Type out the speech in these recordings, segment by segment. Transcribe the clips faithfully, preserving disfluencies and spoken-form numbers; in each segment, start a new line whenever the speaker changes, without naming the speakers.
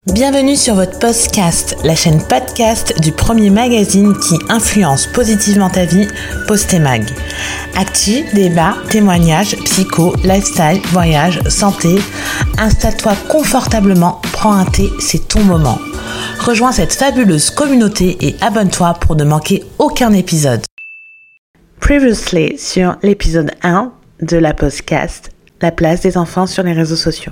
Bienvenue sur votre podcast, la chaîne podcast du premier magazine qui influence positivement ta vie, Postemag. Actu, débat, témoignages, psycho, lifestyle, voyage, santé. Installe-toi confortablement, prends un thé, c'est ton moment. Rejoins cette fabuleuse communauté et abonne-toi pour ne manquer aucun épisode. Previously sur l'épisode un de la podcast, la place des enfants sur les réseaux sociaux.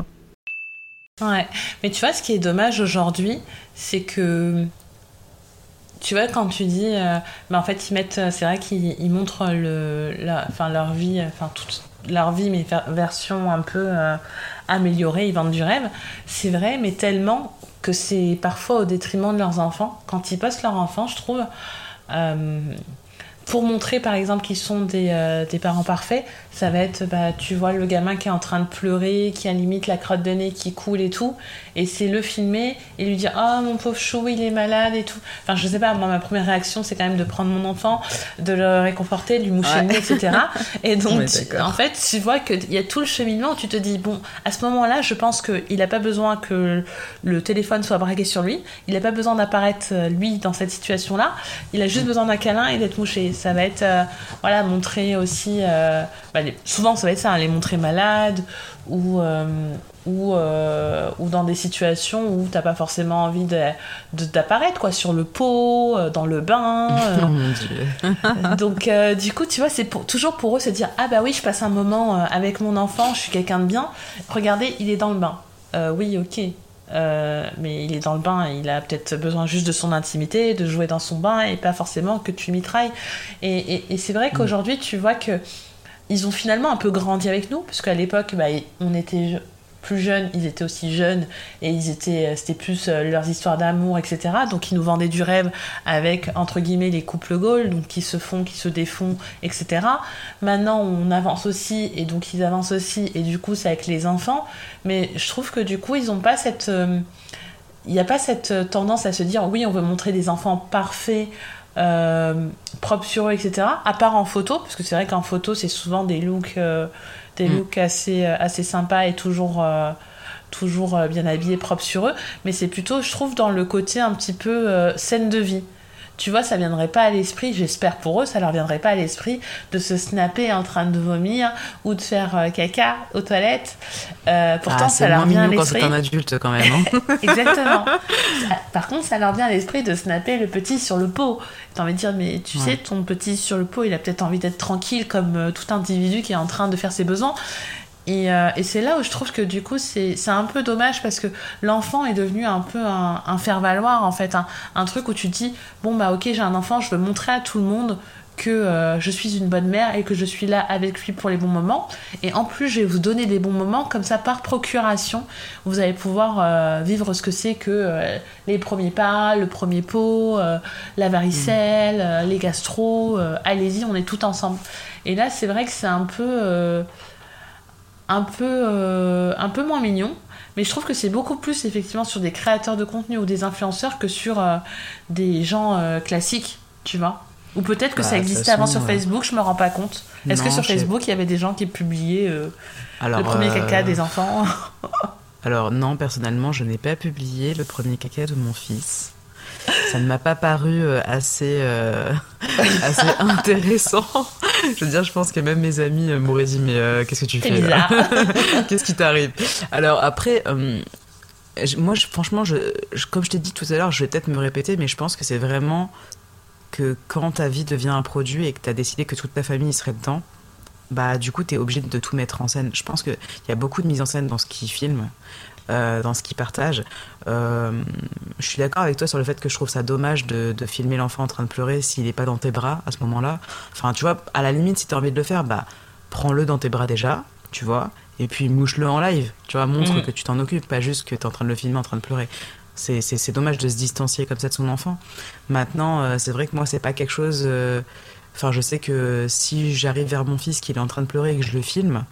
Ouais, mais tu vois, ce qui est dommage aujourd'hui, c'est que, tu vois, quand tu dis, euh, bah en fait, ils mettent, c'est vrai qu'ils ils montrent le, la, enfin, leur vie, enfin, toute leur vie, mais version un peu euh, améliorée, ils vendent du rêve, c'est vrai, mais tellement que c'est parfois au détriment de leurs enfants. Quand ils postent leurs enfants, je trouve, euh, pour montrer, par exemple, qu'ils sont des, euh, des parents parfaits, ça va être, bah, tu vois le gamin qui est en train de pleurer, qui a limite la crotte de nez qui coule et tout, et c'est le filmer et lui dire « Oh, mon pauvre chou, il est malade et tout ». Enfin, je sais pas, moi, ma première réaction, c'est quand même de prendre mon enfant, de le réconforter, de lui moucher ouais. le nez, et cetera. Et donc, ouais, tu, en fait, tu vois qu'il y a tout le cheminement où tu te dis « Bon, à ce moment-là, je pense qu'il n'a pas besoin que le téléphone soit braqué sur lui, il n'a pas besoin d'apparaître, lui, dans cette situation-là, il a juste besoin d'un câlin et d'être mouché ». Ça va être, euh, voilà, montrer aussi... Euh, bah, les, souvent, ça va être ça, hein, les montrer malades ou, euh, ou, euh, ou dans des situations où t'as pas forcément envie de, de, d'apparaître, quoi, sur le pot, euh, dans le bain. Euh.
Oh mon Dieu.
Donc, euh, du coup, tu vois, c'est pour, toujours pour eux se dire « Ah bah oui, je passe un moment euh, avec mon enfant, je suis quelqu'un de bien. Regardez, il est dans le bain. Euh, » Oui, ok. Euh, mais il est dans le bain, il a peut-être besoin juste de son intimité, de jouer dans son bain et pas forcément que tu mitrailles. Et, et, et c'est vrai qu'aujourd'hui, tu vois que ils ont finalement un peu grandi avec nous, parce qu'à l'époque, bah, on était plus jeunes, ils étaient aussi jeunes, et ils étaient, c'était plus leurs histoires d'amour, et cetera. Donc ils nous vendaient du rêve avec, entre guillemets, les couples Gaulle, donc qui se font, qui se défont, et cetera. Maintenant, on avance aussi, et donc ils avancent aussi, et du coup, c'est avec les enfants. Mais je trouve que du coup, ils n'ont pas cette... Euh, il n'y a pas cette tendance à se dire, oui, on veut montrer des enfants parfaits, Euh, propres sur eux, et cetera. À part en photo, parce que c'est vrai qu'en photo, c'est souvent des looks, euh, des mmh. looks assez, assez sympas et toujours, euh, toujours bien habillés, propres sur eux. Mais c'est plutôt, je trouve, dans le côté un petit peu euh, scène de vie. Tu vois, ça viendrait pas à l'esprit, j'espère pour eux, ça leur viendrait pas à l'esprit de se snapper en train de vomir ou de faire euh, caca aux toilettes. Euh, pourtant,
ah,
ça leur vient à l'esprit.
C'est moins mignon quand c'est un adulte quand même. Hein.
Exactement. Par contre, ça leur vient à l'esprit de snapper le petit sur le pot. T'as envie de dire, mais tu ouais. sais, ton petit sur le pot, il a peut-être envie d'être tranquille comme euh, tout individu qui est en train de faire ses besoins. Et, euh, et c'est là où je trouve que du coup c'est, c'est un peu dommage parce que l'enfant est devenu un peu un, un faire-valoir en fait, un, un truc où tu te dis bon bah ok j'ai un enfant, je veux montrer à tout le monde que euh, je suis une bonne mère et que je suis là avec lui pour les bons moments, et en plus je vais vous donner des bons moments comme ça par procuration, vous allez pouvoir euh, vivre ce que c'est que euh, les premiers pas, le premier pot, euh, la varicelle, mmh. euh, les gastro, euh, allez-y on est tout ensemble. Et là c'est vrai que c'est un peu euh, un peu, euh, un peu moins mignon, mais je trouve que c'est beaucoup plus effectivement sur des créateurs de contenu ou des influenceurs que sur euh, des gens euh, classiques, tu vois. Ou peut-être que bah, ça existait avant sur Facebook, je me rends pas compte. Est-ce non, que sur Facebook il y avait des gens qui publiaient euh, Alors, le premier euh... caca des enfants?
Alors non, personnellement je n'ai pas publié le premier caca de mon fils. Ça ne m'a pas paru euh, assez, euh, assez intéressant. Je veux dire, je pense que même mes amis euh, m'auraient dit « Mais euh, qu'est-ce que tu
C'est
fais
bizarre.
Qu'est-ce qui t'arrive ?» Alors après, euh, je, moi, je, franchement, je, je, comme je t'ai dit tout à l'heure, je vais peut-être me répéter, mais je pense que c'est vraiment que quand ta vie devient un produit et que tu as décidé que toute ta famille serait dedans, bah, du coup, tu es obligé de tout mettre en scène. Je pense qu'il y a beaucoup de mise en scène dans ce qu'ils filment. Euh, dans ce qu'ils partagent. Euh, je suis d'accord avec toi sur le fait que je trouve ça dommage de, de filmer l'enfant en train de pleurer s'il n'est pas dans tes bras à ce moment-là. Enfin, tu vois, à la limite, si tu as envie de le faire, bah, prends-le dans tes bras déjà, tu vois, et puis mouche-le en live, tu vois, montre mmh. que tu t'en occupes, pas juste que tu es en train de le filmer en train de pleurer. C'est, c'est, c'est dommage de se distancier comme ça de son enfant. Maintenant, euh, c'est vrai que moi, c'est pas quelque chose... Enfin, euh, je sais que si j'arrive vers mon fils qu'il est en train de pleurer et que je le filme,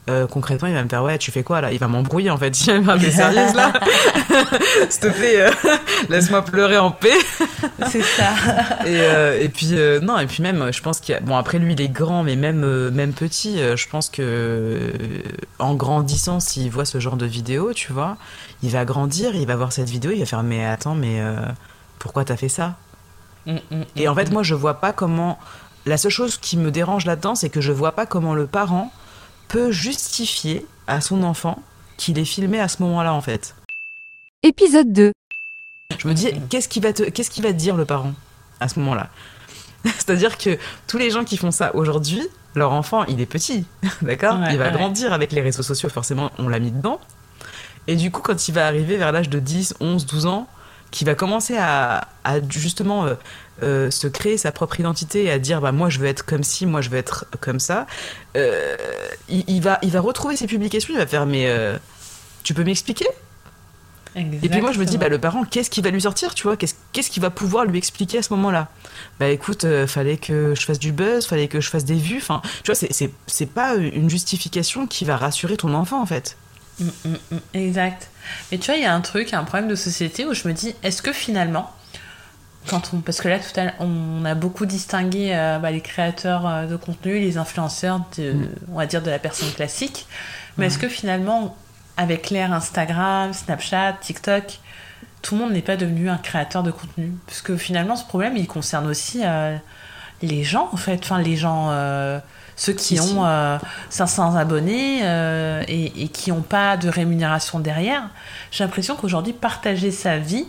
Euh, concrètement, il va me faire ouais, tu fais quoi là? Il va m'embrouiller en fait. Il va me dire, t'es sérieuse là? S'il te plaît, euh, laisse-moi pleurer en paix.
C'est ça.
Et, euh, et puis euh, non, et puis même, je pense qu'il y a... bon après lui il est grand, mais même euh, même petit, euh, je pense que euh, en grandissant, s'il voit ce genre de vidéo, tu vois, il va grandir, il va voir cette vidéo, il va faire mais attends, mais euh, pourquoi t'as fait ça? mm, mm, Et en fait, moi, je vois pas comment. La seule chose qui me dérange là-dedans, c'est que je vois pas comment le parent peut justifier à son enfant qu'il est filmé à ce moment-là, en fait.
Épisode deux.
Je me dis, qu'est-ce qu'il va te, qu'est-ce qu'il va te dire, le parent, à ce moment-là? C'est-à-dire que tous les gens qui font ça aujourd'hui, leur enfant, il est petit, d'accord?
Ouais,
Il va
ouais.
grandir avec les réseaux sociaux, forcément, on l'a mis dedans. Et du coup, quand il va arriver vers l'âge de dix, onze, douze ans, qui va commencer à, à justement euh, euh, se créer sa propre identité et à dire bah, moi je veux être comme ci, moi je veux être comme ça, euh, il, il, va, il va retrouver ses publications, il va faire mais euh, tu peux m'expliquer?
Exactement.
Et puis moi je me dis bah, le parent, qu'est-ce qu'il va lui sortir, tu vois, qu'est-ce, qu'est-ce qu'il va pouvoir lui expliquer à ce moment-là? Bah écoute, euh, fallait que je fasse du buzz, fallait que je fasse des vues, enfin tu vois, c'est, c'est, c'est pas une justification qui va rassurer ton enfant en fait.
Mm, mm, mm, exact. Mais tu vois, il y a un truc, un problème de société où je me dis, est-ce que finalement, quand on, parce que là tout à l'heure, on a beaucoup distingué euh, bah, les créateurs euh, de contenu, les influenceurs, de, mm. on va dire de la personne classique, mais mm. est-ce que finalement, avec l'ère Instagram, Snapchat, TikTok, tout le monde n'est pas devenu un créateur de contenu? Parce que finalement, ce problème, il concerne aussi euh, les gens, en fait, enfin les gens. Euh, Ceux qui si, ont euh, cinq cents abonnés euh, et, et qui n'ont pas de rémunération derrière. J'ai l'impression qu'aujourd'hui, partager sa vie,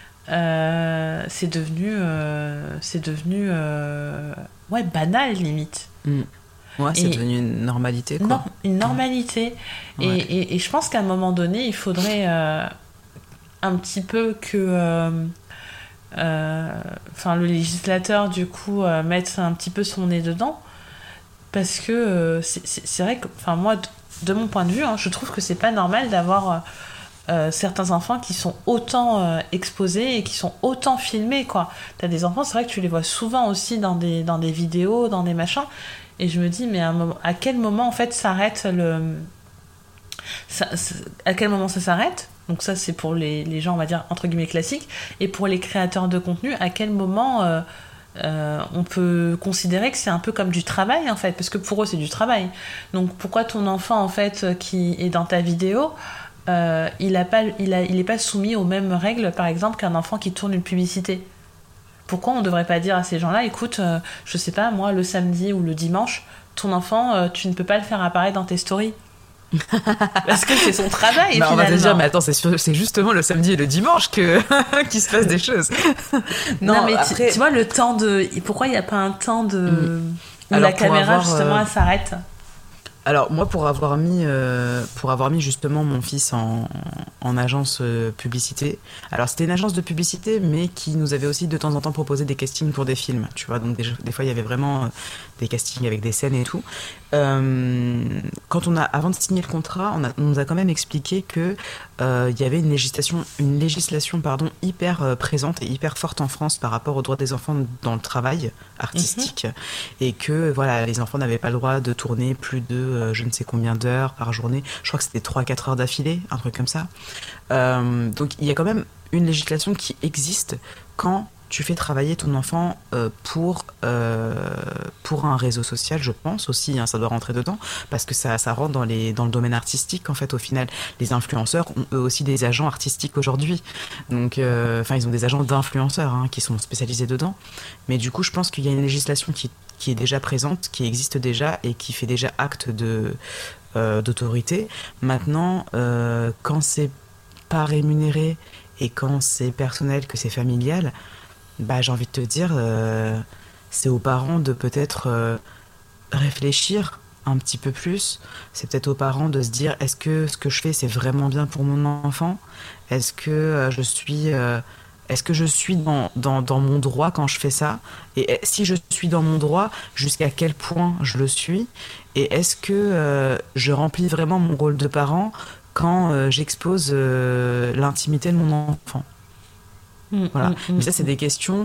euh, c'est devenu, euh, c'est devenu euh, ouais, banal, limite.
Mmh. Ouais, c'est et, devenu une normalité, quoi.
Non, une normalité. Mmh. Et, ouais. et, et je pense qu'à un moment donné, il faudrait euh, un petit peu que... Euh, euh, le législateur, du coup, euh, mette un petit peu son nez dedans. Parce que euh, c'est, c'est, c'est vrai que, enfin moi, de, de mon point de vue, hein, je trouve que c'est pas normal d'avoir euh, certains enfants qui sont autant euh, exposés et qui sont autant filmés, quoi. T'as des enfants, c'est vrai que tu les vois souvent aussi dans des, dans des vidéos, dans des machins, et je me dis, mais à, un moment, à quel moment, en fait, s'arrête le... Ça, à quel moment ça s'arrête? Donc ça, c'est pour les, les gens, on va dire, entre guillemets, classiques, et pour les créateurs de contenu, à quel moment... Euh, Euh, on peut considérer que c'est un peu comme du travail en fait, parce que pour eux c'est du travail. Donc pourquoi ton enfant en fait qui est dans ta vidéo, euh, il a pas, il a, il est pas soumis aux mêmes règles par exemple qu'un enfant qui tourne une publicité? Pourquoi on devrait pas dire à ces gens-là, écoute, euh, je sais pas moi, le samedi ou le dimanche, ton enfant, euh, tu ne peux pas le faire apparaître dans tes stories? Parce que c'est son travail.
Bah,
finalement.
On va te dire, mais attends, c'est, sûr, c'est justement le samedi et le dimanche que qu'il se passe des choses.
Non, non mais après... tu, tu vois le temps de. Pourquoi il n'y a pas un temps de mmh. où
Alors,
la caméra
avoir,
justement
euh...
elle s'arrête?
Alors moi, pour avoir mis, euh, pour avoir mis justement mon fils en, en agence euh, publicité. Alors c'était une agence de publicité, mais qui nous avait aussi de temps en temps proposé des castings pour des films. Tu vois, donc des, des fois il y avait vraiment euh, des castings avec des scènes et tout. Euh, quand on a, avant de signer le contrat, on, a, on nous a quand même expliqué que euh, il y avait une législation, une législation pardon, hyper euh, présente et hyper forte en France par rapport aux droits des enfants dans le travail artistique, mm-hmm. et que voilà, les enfants n'avaient pas le droit de tourner plus de euh, je ne sais combien d'heures par journée. Je crois que c'était trois à quatre heures d'affilée, un truc comme ça. Euh, donc il y a quand même une législation qui existe quand tu fais travailler ton enfant euh, pour, euh, pour un réseau social, je pense aussi, hein, ça doit rentrer dedans, parce que ça, ça rentre dans, les, dans le domaine artistique, en fait, au final. Les influenceurs ont eux aussi des agents artistiques aujourd'hui. Donc, euh, enfin, ils ont des agents d'influenceurs hein, qui sont spécialisés dedans. Mais du coup, je pense qu'il y a une législation qui, qui est déjà présente, qui existe déjà et qui fait déjà acte de, euh, d'autorité. Maintenant, euh, quand c'est pas rémunéré et quand c'est personnel, que c'est familial, bah, j'ai envie de te dire, euh, c'est aux parents de peut-être euh, réfléchir un petit peu plus. C'est peut-être aux parents de se dire, est-ce que ce que je fais, c'est vraiment bien pour mon enfant? Est-ce que euh, je suis, euh, est-ce que je suis dans, dans, dans mon droit quand je fais ça? Et si je suis dans mon droit, jusqu'à quel point je le suis? Et est-ce que euh, je remplis vraiment mon rôle de parent quand euh, j'expose euh, l'intimité de mon enfant? Voilà. Mmh, mmh, Mais ça, c'est des questions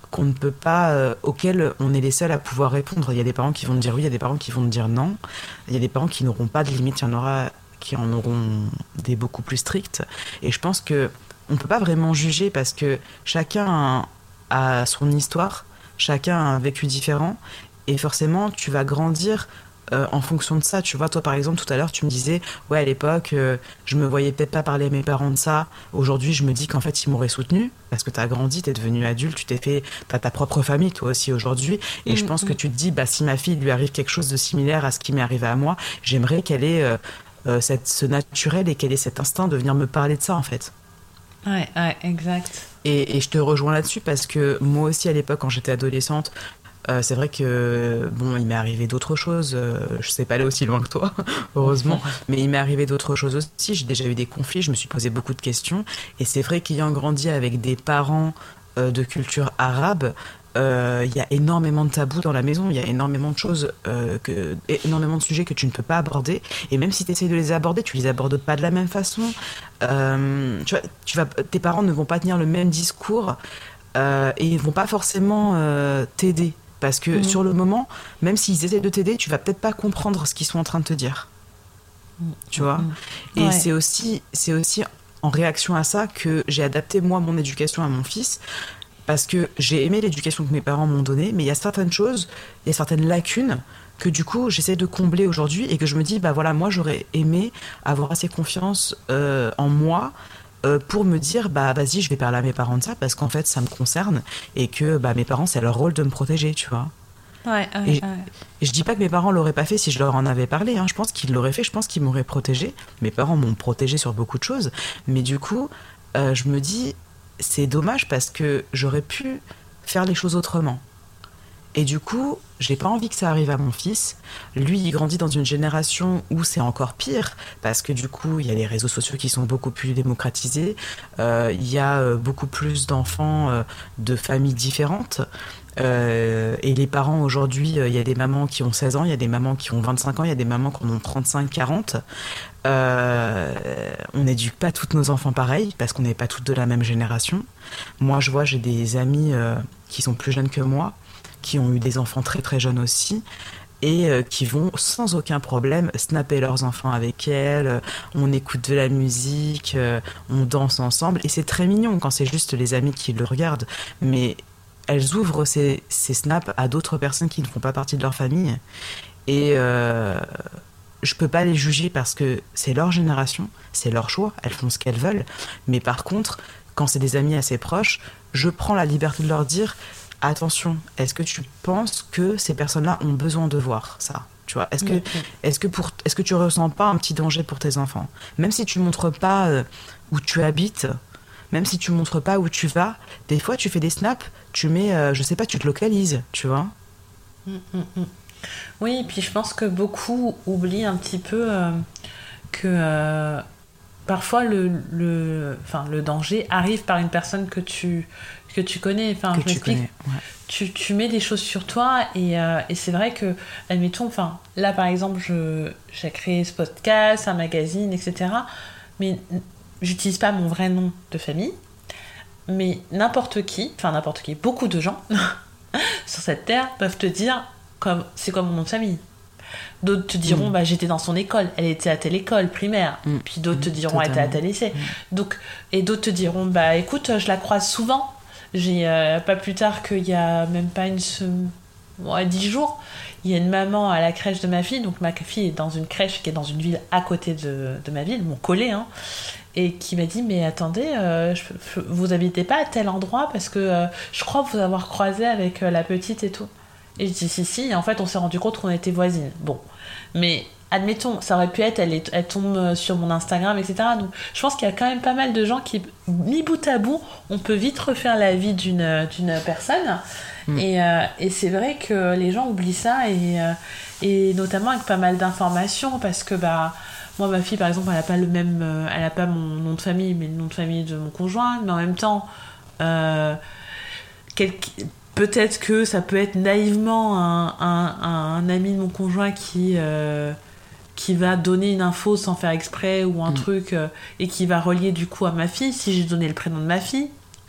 qu'on ne peut pas, euh, auxquels on est les seuls à pouvoir répondre. Il y a des parents qui vont te dire oui, il y a des parents qui vont te dire non. Il y a des parents qui n'auront pas de limite, il y en aura qui en auront des beaucoup plus strictes. Et je pense que on peut pas vraiment juger parce que chacun a, a son histoire, chacun a un vécu différent, et forcément tu vas grandir euh, en fonction de ça. Tu vois, toi par exemple tout à l'heure tu me disais ouais à l'époque euh, je me voyais peut-être pas parler à mes parents de ça. Aujourd'hui je me dis qu'en fait ils m'auraient soutenu parce que t'as grandi, t'es devenu adulte, tu t'es fait, t'as ta propre famille toi aussi aujourd'hui, et mmh, je pense mmh. que tu te dis bah si ma fille lui arrive quelque chose de similaire à ce qui m'est arrivé à moi, j'aimerais qu'elle ait euh, euh, cette, ce naturel et qu'elle ait cet instinct de venir me parler de ça en fait.
Ouais, ouais, exact.
Et, et je te rejoins là-dessus parce que moi aussi à l'époque quand j'étais adolescente, euh, c'est vrai que bon, il m'est arrivé d'autres choses. Euh, je sais pas aller aussi loin que toi, heureusement, mais il m'est arrivé d'autres choses aussi. J'ai déjà eu des conflits, je me suis posé beaucoup de questions. Et c'est vrai qu'ayant grandi avec des parents euh, de culture arabe, il euh, y a énormément de tabous dans la maison, il y a énormément de choses, euh, que, énormément de sujets que tu ne peux pas aborder, et même si tu essaies de les aborder, tu les abordes pas de la même façon. Euh, tu vois, tu vas, tes parents ne vont pas tenir le même discours, euh, et ils vont pas forcément euh, t'aider, parce que mmh. sur le moment, même s'ils essaient de t'aider, tu vas peut-être pas comprendre ce qu'ils sont en train de te dire. Mmh. Tu vois mmh. Et ouais. c'est aussi, c'est aussi en réaction à ça que j'ai adapté moi mon éducation à mon fils. Parce que j'ai aimé l'éducation que mes parents m'ont donnée, mais il y a certaines choses, il y a certaines lacunes que du coup j'essaie de combler aujourd'hui, et que je me dis, bah voilà, moi j'aurais aimé avoir assez confiance euh, en moi euh, pour me dire, bah vas-y, je vais parler à mes parents de ça, parce qu'en fait ça me concerne, et que bah, mes parents, c'est leur rôle de me protéger, tu vois.
Ouais, ouais,
et,
ouais.
et je dis pas que mes parents l'auraient pas fait si je leur en avais parlé, hein. Je pense qu'ils l'auraient fait, je pense qu'ils m'auraient protégé. Mes parents m'ont protégé sur beaucoup de choses, mais du coup, euh, je me dis, c'est dommage parce que j'aurais pu faire les choses autrement. Et du coup, j'ai pas envie que ça arrive à mon fils. Lui, il grandit dans une génération où c'est encore pire, parce que du coup, il y a les réseaux sociaux qui sont beaucoup plus démocratisés. Euh, il y a euh, beaucoup plus d'enfants euh, de familles différentes. Euh, et les parents aujourd'hui, il euh, y a des mamans qui ont seize ans, il y a des mamans qui ont vingt-cinq ans, il y a des mamans qui en ont trente-cinq, quarante. Euh, on n'éduque pas toutes nos enfants pareil parce qu'on n'est pas toutes de la même génération. Moi, je vois, j'ai des amis euh, qui sont plus jeunes que moi, qui ont eu des enfants très très jeunes aussi, et euh, qui vont sans aucun problème snapper leurs enfants avec elles. On écoute de la musique, euh, on danse ensemble, et c'est très mignon quand c'est juste les amis qui le regardent, mais elles ouvrent ces, ces snaps à d'autres personnes qui ne font pas partie de leur famille, et euh, je peux pas les juger parce que c'est leur génération, c'est leur choix, elles font ce qu'elles veulent, mais par contre, quand c'est des amis assez proches, je prends la liberté de leur dire attention, est-ce que tu penses que ces personnes-là ont besoin de voir ça ? Tu vois, est-ce que, mmh. est-ce que pour, est-ce que tu ressens pas un petit danger pour tes enfants ? Même si tu montres pas euh, où tu habites, même si tu montres pas où tu vas, des fois tu fais des snaps, tu mets, euh, je sais pas, tu te localises, tu vois.
Mmh, mmh. Oui, et puis je pense que beaucoup oublient un petit peu euh, que euh, parfois le, le, enfin, le danger arrive par une personne que tu, que tu connais. Enfin,
que
je
tu
m'explique.
Connais, ouais.
Tu, tu mets des choses sur toi, et, euh, et c'est vrai que, admettons, enfin, là par exemple, je, j'ai créé ce podcast, un magazine, et cetera. Mais j'utilise pas mon vrai nom de famille. Mais n'importe qui, enfin n'importe qui, beaucoup de gens sur cette terre peuvent te dire comme, c'est comme mon nom de famille. D'autres te diront, mmh. bah, j'étais dans son école, elle était à telle école primaire. Mmh. Puis d'autres te diront, elle était à tel lycée. Mmh. Donc, et d'autres te diront, bah écoute, je la croise souvent. J'ai euh, pas plus tard qu'il y a même pas une semaine, ouais, dix jours, il y a une maman à la crèche de ma fille. Donc ma fille est dans une crèche qui est dans une ville à côté de, de ma ville, mon collé, hein, et qui m'a dit, mais attendez, euh, je, je, vous habitez pas à tel endroit parce que euh, je crois vous avoir croisé avec euh, la petite et tout. Et je dis si si, et en fait on s'est rendu compte qu'on était voisines. Bon, mais admettons, ça aurait pu être, elle, est, elle tombe sur mon Instagram, et cetera. Donc je pense qu'il y a quand même pas mal de gens qui, mis bout à bout, on peut vite refaire la vie d'une, d'une personne. Mmh. Et, euh, et c'est vrai que les gens oublient ça, et, euh, et notamment avec pas mal d'informations, parce que bah, moi ma fille par exemple, elle n'a pas le même, euh, elle n'a pas mon nom de famille, mais le nom de famille de mon conjoint, mais en même temps, euh, quelque... peut-être que ça peut être naïvement un, un, un ami de mon conjoint qui, euh, qui va donner une info sans faire exprès ou un mmh. truc, euh, et qui va relier du coup à ma fille, si j'ai donné le prénom de ma fille.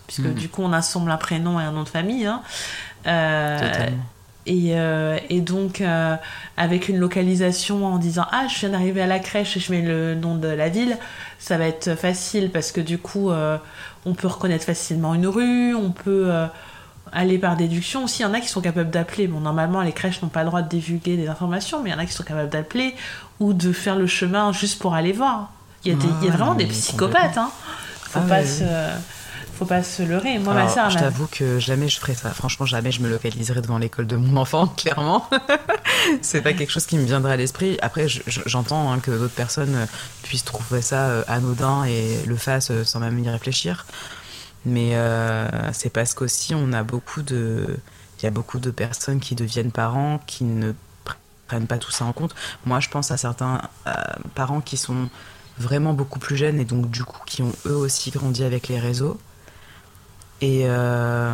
puisque
Mmh.
du coup, on assemble un prénom et un nom de famille. Hein. Euh,
Totalement.
Et, euh, et donc, euh, avec une localisation en disant « Ah, je viens d'arriver à la crèche et je mets le nom de la ville », ça va être facile parce que du coup, euh, on peut reconnaître facilement une rue, on peut euh, aller par déduction. Aussi, il y en a qui sont capables d'appeler. Bon, normalement, les crèches n'ont pas le droit de divulguer des informations, mais il y en a qui sont capables d'appeler ou de faire le chemin juste pour aller voir. Il y a, des,
Ah,
il y a vraiment
mais
des psychopathes. Hein. Faut
Ah,
pas
ouais,
se... Faut pas se leurrer. Moi,
Alors,
ma sœur,
je
m'a-
t'avoue que jamais je ferais ça. Franchement, jamais je me localiserais devant l'école de mon enfant, clairement. C'est pas quelque chose qui me viendrait à l'esprit. Après, je- je- j'entends hein, que d'autres personnes euh, puissent trouver ça euh, anodin et le fassent euh, sans même y réfléchir. Mais euh, c'est parce qu'aussi, on a beaucoup de... Il y a beaucoup de personnes qui deviennent parents, qui ne pr- prennent pas tout ça en compte. Moi, je pense à certains euh, parents qui sont vraiment beaucoup plus jeunes et donc, du coup, qui ont eux aussi grandi avec les réseaux. Et euh,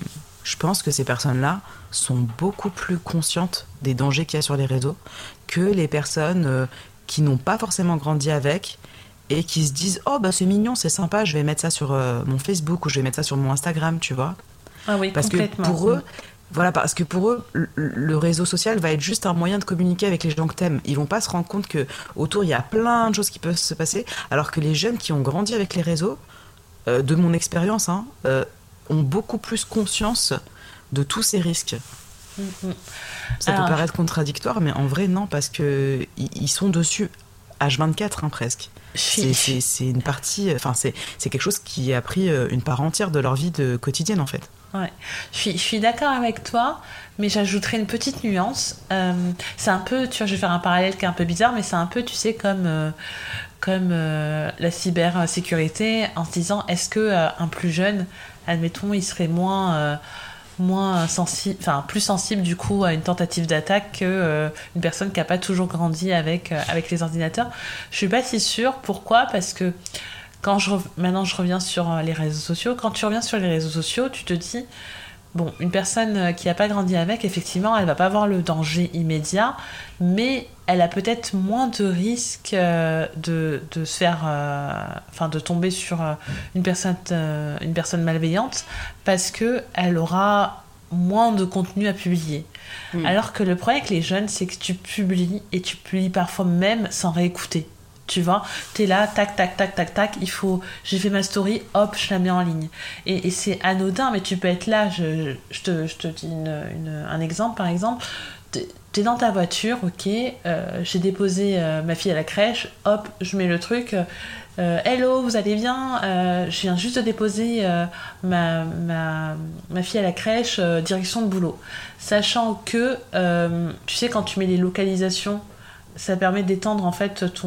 je pense que ces personnes-là sont beaucoup plus conscientes des dangers qu'il y a sur les réseaux que les personnes euh, qui n'ont pas forcément grandi avec et qui se disent « Oh, bah c'est mignon, c'est sympa, je vais mettre ça sur euh, mon Facebook ou je vais mettre ça sur mon Instagram, tu vois ?»
Ah oui,
Parce que
complètement.
pour eux, voilà, parce que pour eux, le, le réseau social va être juste un moyen de communiquer avec les gens que t'aimes. Ils vont pas se rendre compte que autour il y a plein de choses qui peuvent se passer, alors que les jeunes qui ont grandi avec les réseaux, euh, de mon expérience, hein, euh, ont beaucoup plus conscience de tous ces risques.
Mm, mm.
Ça
Alors,
peut paraître contradictoire, mais en vrai non, parce que i- ils sont dessus H vingt-quatre hein, presque.
je
C'est,
suis-
c'est, c'est une partie, enfin c'est, c'est quelque chose qui a pris euh, une part entière de leur vie de quotidienne en fait.
Ouais. Je suis, je suis d'accord avec toi, mais j'ajouterais une petite nuance. Euh, c'est un peu, tu vois, je vais faire un parallèle qui est un peu bizarre, mais c'est un peu, tu sais, comme, euh, comme euh, la cybersécurité, en se disant, est-ce que euh, un plus jeune, admettons, il serait moins, euh, moins sensible, enfin plus sensible du coup à une tentative d'attaque que euh, une personne qui n'a pas toujours grandi avec euh, avec les ordinateurs. Je suis pas si sûre. Pourquoi ? Parce que quand je rev- maintenant je reviens sur euh, les réseaux sociaux. Quand tu reviens sur les réseaux sociaux, tu te dis bon, une personne euh, qui n'a pas grandi avec, effectivement, elle va pas voir le danger immédiat, mais elle a peut-être moins de risques euh, de, de se faire, euh, enfin de tomber sur euh, une personne, euh, une personne malveillante, parce que elle aura moins de contenu à publier.
Mm.
Alors que le problème avec les jeunes, c'est que tu publies et tu publies parfois même sans réécouter. Tu vois, t'es là, tac, tac, tac, tac, tac, il faut, j'ai fait ma story, hop, je la mets en ligne. Et, et c'est anodin, mais tu peux être là, je, je, te, je te dis une, une- un exemple, par exemple, t'es, t'es dans ta voiture, ok, euh, j'ai déposé euh, ma fille à la crèche, hop, je mets le truc, euh, hello, vous allez bien, euh, je viens juste de déposer euh, ma, ma, ma fille à la crèche, euh, direction de boulot. Sachant que, euh, tu sais, quand tu mets les localisations, ça permet d'étendre en fait ton,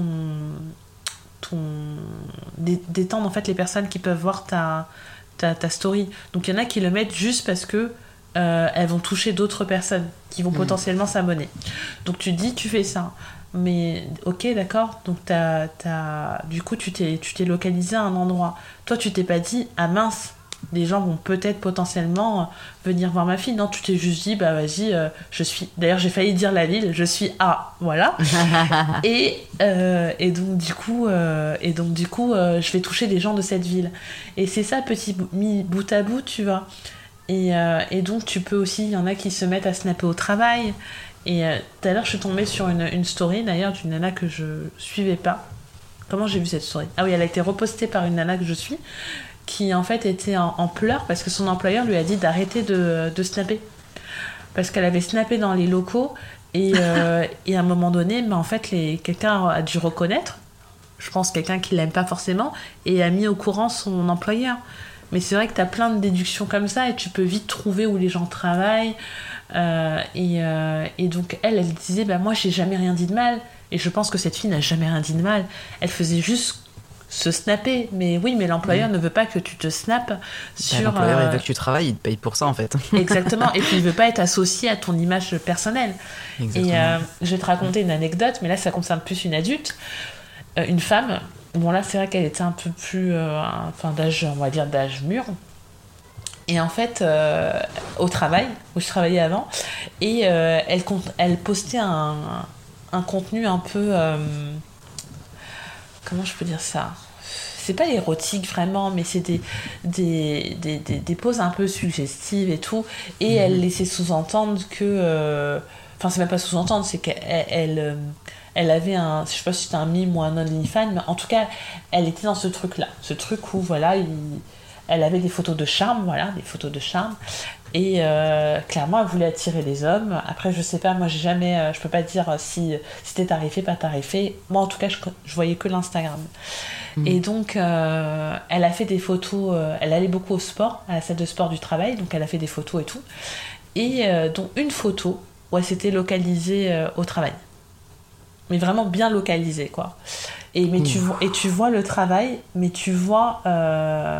ton d'é- d'étendre en fait les personnes qui peuvent voir ta, ta, ta story. Donc il y en a qui le mettent juste parce que euh, elles vont toucher d'autres personnes qui vont
Mhm.
potentiellement s'abonner. Donc tu te dis tu fais ça. Mais ok, d'accord, donc t'as, t'as, du coup tu t'es, tu t'es localisé à un endroit. Toi tu t'es pas dit ah mince, les gens vont peut-être potentiellement euh, venir voir ma fille. Non, tu t'es juste dit bah vas-y, euh, je suis. D'ailleurs j'ai failli dire la ville, je suis à voilà. Et, euh, et donc du coup, euh, et donc du coup, euh, je vais toucher des gens de cette ville. Et c'est ça petit bou- mis bout à bout, tu vois. Et, euh, et donc tu peux aussi, il y en a qui se mettent à snapper au travail. Et euh, tout à l'heure, je suis tombée sur une, une story d'ailleurs d'une nana que je suivais pas. Comment j'ai vu cette story ? Ah oui, elle a été repostée par une nana que je suis, qui en fait était en, en pleurs parce que son employeur lui a dit d'arrêter de, de snapper. Parce qu'elle avait snappé dans les locaux et, euh, et à un moment donné, bah, en fait, les, quelqu'un a dû reconnaître, je pense quelqu'un qui l'aime pas forcément, et a mis au courant son employeur. Mais c'est vrai que tu as plein de déductions comme ça et tu peux vite trouver où les gens travaillent. Euh, et, euh, et donc elle, elle disait bah, moi j'ai jamais rien dit de mal. Et je pense que cette fille n'a jamais rien dit de mal. Elle faisait juste se snapper. Mais oui, mais l'employeur mmh. ne veut pas que tu te snappes sur...
Bah, l'employeur,
euh...
il veut que tu travailles, il te paye pour ça en fait.
Exactement. Et puis il veut pas être associé à ton image personnelle.
Exactement.
Et euh, je vais te raconter une anecdote, mais là ça concerne plus une adulte, euh, une femme. Bon là c'est vrai qu'elle était un peu plus, euh, enfin d'âge, on va dire d'âge mûr. Et en fait, euh, au travail, où je travaillais avant, et euh, elle, elle postait un, un contenu un peu... Euh, comment je peux dire ça ? c'est pas érotique vraiment, mais c'est des, des, des, des, des poses un peu suggestives et tout. Et mmh. elle laissait sous-entendre que... Euh, enfin, c'est même pas sous-entendre, c'est qu'elle... Elle, elle avait un... Je sais pas si c'était un mime ou un OnlyFans, mais en tout cas, elle était dans ce truc-là. Ce truc où, voilà, il, elle avait des photos de charme, voilà, des photos de charme. Et euh, clairement, elle voulait attirer les hommes. Après, je sais pas, moi, j'ai jamais... Euh, je peux pas dire si, si c'était tarifé, pas tarifé. Moi, en tout cas, je, je voyais que l'Instagram. Mmh. Et donc, euh, elle a fait des photos... Euh, elle allait beaucoup au sport, à la salle de sport du travail. Donc, elle a fait des photos et tout. Et euh, dont une photo où elle s'était localisée euh, au travail. Mais vraiment bien localisée, quoi. Et, mais mmh. tu, et tu vois le travail, mais tu vois... Euh,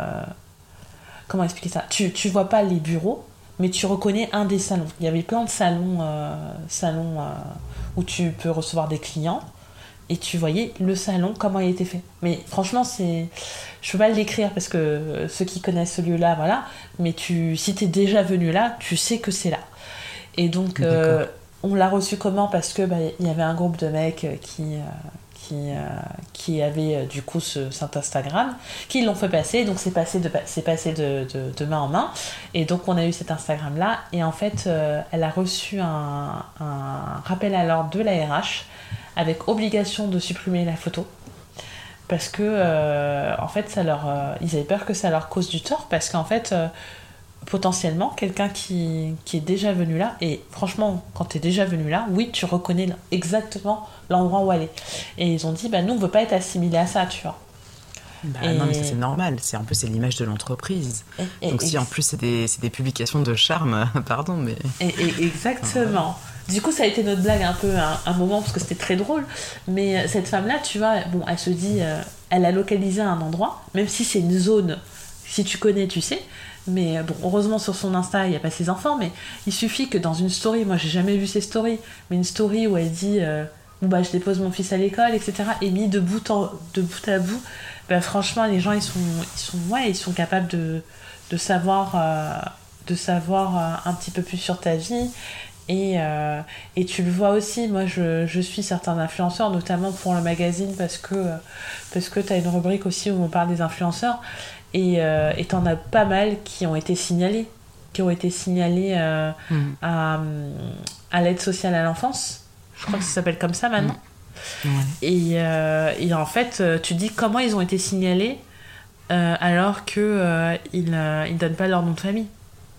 comment expliquer ça ? Tu, tu vois pas les bureaux, mais tu reconnais un des salons. Il y avait plein de salons, euh, salons euh, où tu peux recevoir des clients, et tu voyais le salon, comment il était fait. Mais franchement, c'est... je peux pas le décrire, parce que ceux qui connaissent ce lieu-là, voilà, mais tu... si t'es déjà venu là, tu sais que c'est là. Et donc, euh, on l'a reçu comment ? Parce que bah, y avait un groupe de mecs qui... Euh, Qui, euh, qui avait euh, du coup ce, cet Instagram, qui l'ont fait passer, donc c'est passé, de, c'est passé de, de, de main en main, et donc on a eu cet Instagram là, et en fait euh, elle a reçu un, un rappel à l'ordre de l'A R H avec obligation de supprimer la photo, parce que euh, en fait ça leur, euh, ils avaient peur que ça leur cause du tort, parce qu'en fait euh, potentiellement quelqu'un qui, qui est déjà venu là, et franchement quand tu es déjà venu là, oui tu reconnais exactement l'endroit où elle est, et ils ont dit bah nous on veut pas être assimilés à ça, tu vois.
Bah
et...
non mais ça, c'est normal, c'est un peu c'est l'image de l'entreprise, et, et, donc et, si et... en plus c'est des, c'est des publications de charme pardon mais
et, et exactement ouais. Du coup ça a été notre blague un peu un, un moment, parce que c'était très drôle, mais cette femme là tu vois, bon elle se dit euh, elle a localisé un endroit, même si c'est une zone, si tu connais tu sais. Mais bon, heureusement sur son Insta, il n'y a pas ses enfants, mais il suffit que dans une story, moi j'ai jamais vu ses stories, mais une story où elle dit euh, bon, bah, je dépose mon fils à l'école, et cetera, et mis de bout, en, de bout à bout, bah, franchement, les gens ils sont, ils sont, ouais, ils sont capables de, de savoir, euh, de savoir euh, un petit peu plus sur ta vie. Et, euh, et tu le vois aussi, moi je, je suis certains influenceurs, notamment pour le magazine, parce que, parce que tu as une rubrique aussi où on parle des influenceurs. Et euh, et t'en as pas mal qui ont été signalés, qui ont été signalés euh, mmh. à, à l'aide sociale à l'enfance. Je crois que ça s'appelle comme ça maintenant. Mmh. Ouais. Et, euh, et en fait, tu te dis comment ils ont été signalés euh, alors qu'ils euh, ne donnent pas leur nom de famille.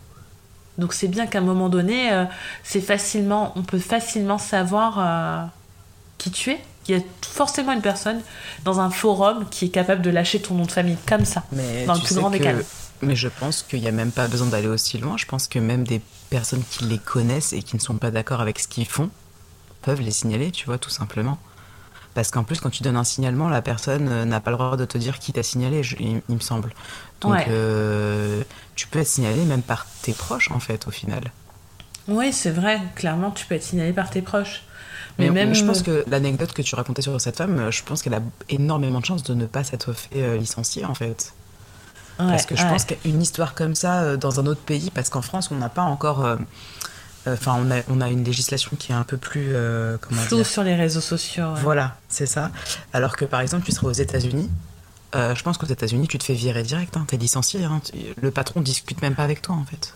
Donc c'est bien qu'à un moment donné, euh, c'est facilement, on peut facilement savoir euh, qui tu es. Il y a forcément une personne dans un forum qui est capable de lâcher ton nom de famille comme ça, mais dans le plus grand des calmes.
Mais je pense qu'il n'y a même pas besoin d'aller aussi loin. Je pense que même des personnes qui les connaissent et qui ne sont pas d'accord avec ce qu'ils font peuvent les signaler, tu vois, tout simplement. Parce qu'en plus, quand tu donnes un signalement, la personne n'a pas le droit de te dire qui t'a signalé, je, il, il me semble. Donc, ouais. euh, tu peux être signalé même par tes proches, en fait, au final.
Oui, c'est vrai. Clairement, tu peux être signalé par tes proches. Mais,
Mais
même...
je pense que l'anecdote que tu racontais sur cette femme, je pense qu'elle a énormément de chances de ne pas s'être fait euh, licencier, en fait. Ouais, parce que je ouais. pense qu'une histoire comme ça euh, dans un autre pays, parce qu'en France, on n'a pas encore... Enfin, euh, euh, on, a, on a une législation qui est un peu plus... Euh, comment
Flou
dire
sur les réseaux sociaux. Ouais.
Voilà, c'est ça. Alors que, par exemple, tu serais aux États-Unis. Euh, je pense qu'aux États-Unis, tu te fais virer direct. Hein, t'es licencié. Hein, le patron ne discute même pas avec toi, en fait.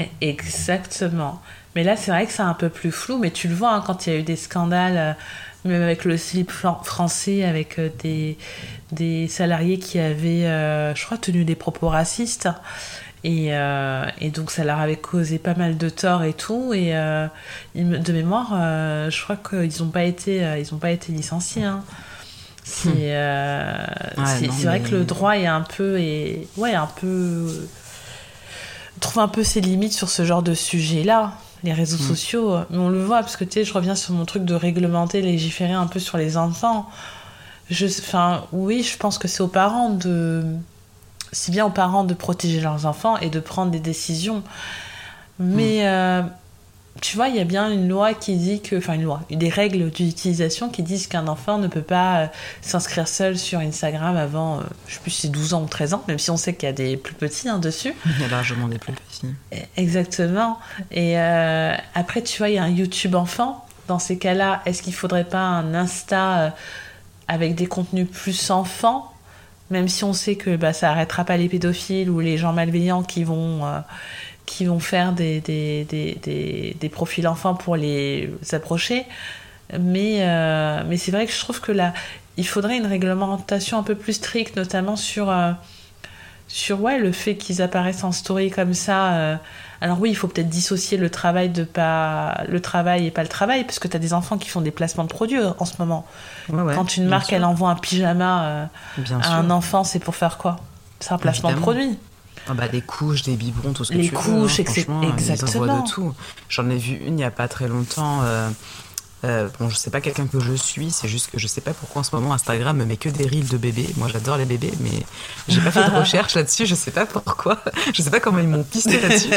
Exactement. Mais là, c'est vrai que c'est un peu plus flou, mais tu le vois hein, quand il y a eu des scandales, euh, même avec le slip français, avec euh, des, des salariés qui avaient, euh, je crois, tenu des propos racistes. Et, euh, et donc, ça leur avait causé pas mal de tort et tout. Et euh, de mémoire, euh, je crois qu'ils n'ont pas été, euh, ils ont pas été licenciés. Hein. C'est, euh, ouais, c'est, non, c'est vrai mais... que le droit est un peu... Est, ouais, un peu... trouve un peu ses limites sur ce genre de sujet-là, les réseaux mmh. sociaux. Mais on le voit, parce que tu sais, je reviens sur mon truc de réglementer, légiférer un peu sur les enfants. Je, enfin, oui, je pense que c'est aux parents de... C'est bien aux parents de protéger leurs enfants et de prendre des décisions. Mais, mmh. euh, tu vois, il y a bien une loi qui dit que... Enfin, une loi, des règles d'utilisation qui disent qu'un enfant ne peut pas euh, s'inscrire seul sur Instagram avant, euh, je sais plus si c'est douze ans ou treize ans, même si on sait qu'il y a des plus petits hein, dessus.
Il y a largement des plus petits.
Exactement. Et euh, après, tu vois, il y a un YouTube enfant. Dans ces cas-là, est-ce qu'il faudrait pas un Insta euh, avec des contenus plus enfants Même si on sait que bah, ça arrêtera pas les pédophiles ou les gens malveillants qui vont, euh, qui vont faire des, des, des, des, des profils enfants pour les approcher. Mais, euh, mais c'est vrai que je trouve que là, il faudrait une réglementation un peu plus stricte, notamment sur, euh, sur ouais, le fait qu'ils apparaissent en story comme ça. Euh, alors oui, il faut peut-être dissocier le travail, de pas, le travail et pas le travail, parce que tu as des enfants qui font des placements de produits en ce moment. Ouais, ouais, quand une marque, sûr. Elle envoie un pyjama euh, à sûr. Un enfant, c'est pour faire quoi ? C'est un placement Évidemment. De produit.
Ah bah, des couches, des biberons, tout ce que
les
tu
couches,
veux. Les couches,
exactement.
Ils envoient de tout. J'en ai vu une il n'y a pas très longtemps... Euh... Euh, bon, je sais pas quelqu'un que je suis, c'est juste que je sais pas pourquoi en ce moment Instagram me met que des reels de bébés. Moi j'adore les bébés, mais j'ai pas fait de recherche là-dessus, je sais pas pourquoi, je sais pas comment ils m'ont pisté là-dessus.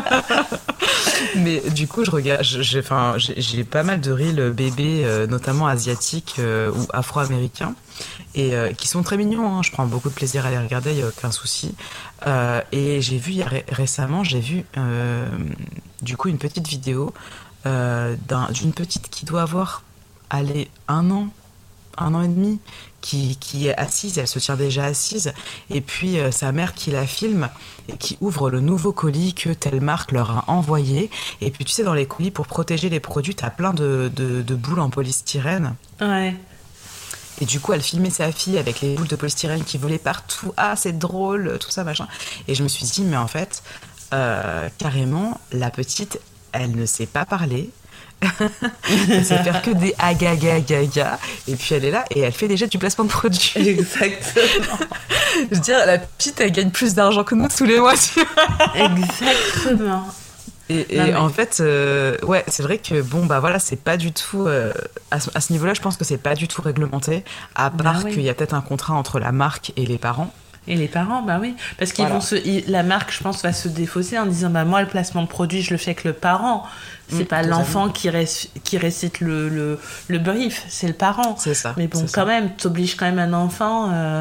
Mais du coup, je regarde, j'ai, enfin, j'ai, j'ai pas mal de reels bébés, euh, notamment asiatiques euh, ou afro-américains, et euh, qui sont très mignons. Hein. Je prends beaucoup de plaisir à les regarder, il y a aucun souci. Euh, et j'ai vu ré- récemment, j'ai vu euh, du coup une petite vidéo. Euh, d'un, d'une petite qui doit avoir allez, un an, un an et demi, qui, qui est assise, elle se tient déjà assise, et puis euh, sa mère qui la filme et qui ouvre le nouveau colis que telle marque leur a envoyé. Et puis tu sais, dans les colis, pour protéger les produits, t'as plein de, de, de boules en polystyrène.
Ouais.
Et du coup, elle filmait sa fille avec les boules de polystyrène qui volaient partout. Ah, c'est drôle, tout ça, machin. Et je me suis dit, mais en fait, euh, carrément, la petite... elle ne sait pas parler, elle sait faire que des agaga gaga, et puis elle est là et elle fait déjà du placement de produits.
Exactement.
Je veux dire, la petite, elle gagne plus d'argent que nous tous les mois. Tu vois.
Exactement.
Et, et non, mais... en fait, euh, ouais, c'est vrai que bon, bah voilà, c'est pas du tout euh, à, ce, à ce niveau-là, je pense que c'est pas du tout réglementé, à part bah, oui. qu'il y a peut-être un contrat entre la marque et les parents.
Et les parents, bah oui, parce qu'ils voilà. vont se, ils, la marque, je pense, va se défausser en disant, bah moi, le placement de produit, je le fais avec le parent. C'est mmh, pas l'enfant qui, réc- qui récite le, le, le brief, c'est le parent.
C'est ça.
Mais bon,
c'est
quand
ça.
même, t'obliges quand même un enfant euh,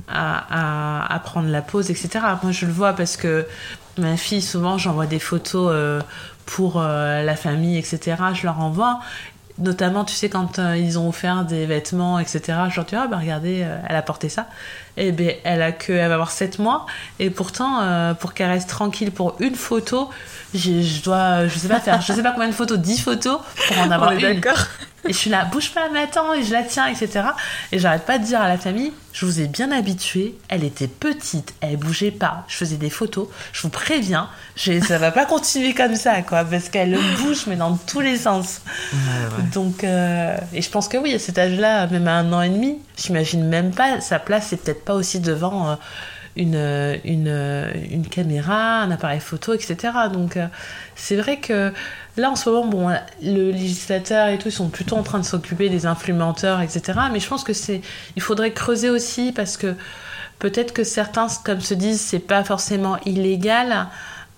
à, à, à prendre la pause, et cetera. Moi, je le vois parce que ma fille, souvent, j'envoie des photos euh, pour euh, la famille, et cetera. Je leur envoie. Notamment, tu sais, quand euh, ils ont offert des vêtements, et cetera, je leur dis, ah, bah regardez, euh, elle a porté ça. Et bien, elle a que, elle va avoir sept mois. Et pourtant, euh, pour qu'elle reste tranquille pour une photo, je, je dois, je sais pas faire, je sais pas combien de photos, dix photos pour en avoir
On
une.
est d'accord.
Et je suis là, bouge pas, mais attends, et je la tiens, et cetera. Et j'arrête pas de dire à la famille, je vous ai bien habituée, elle était petite, elle bougeait pas, je faisais des photos, je vous préviens, je, ça va pas continuer comme ça, quoi, parce qu'elle bouge, mais dans tous les sens.
Ouais, ouais.
Donc, euh, et je pense que oui, à cet âge-là, même à un an et demi, j'imagine même pas, sa place, c'est peut-être pas aussi devant... Euh, Une, une, une caméra, un appareil photo, et cetera. Donc, euh, c'est vrai que là, en ce moment, bon, le législateur et tout, ils sont plutôt en train de s'occuper des influenceurs, et cetera. Mais je pense que c'est, il faudrait creuser aussi parce que peut-être que certains, comme se disent, c'est pas forcément illégal.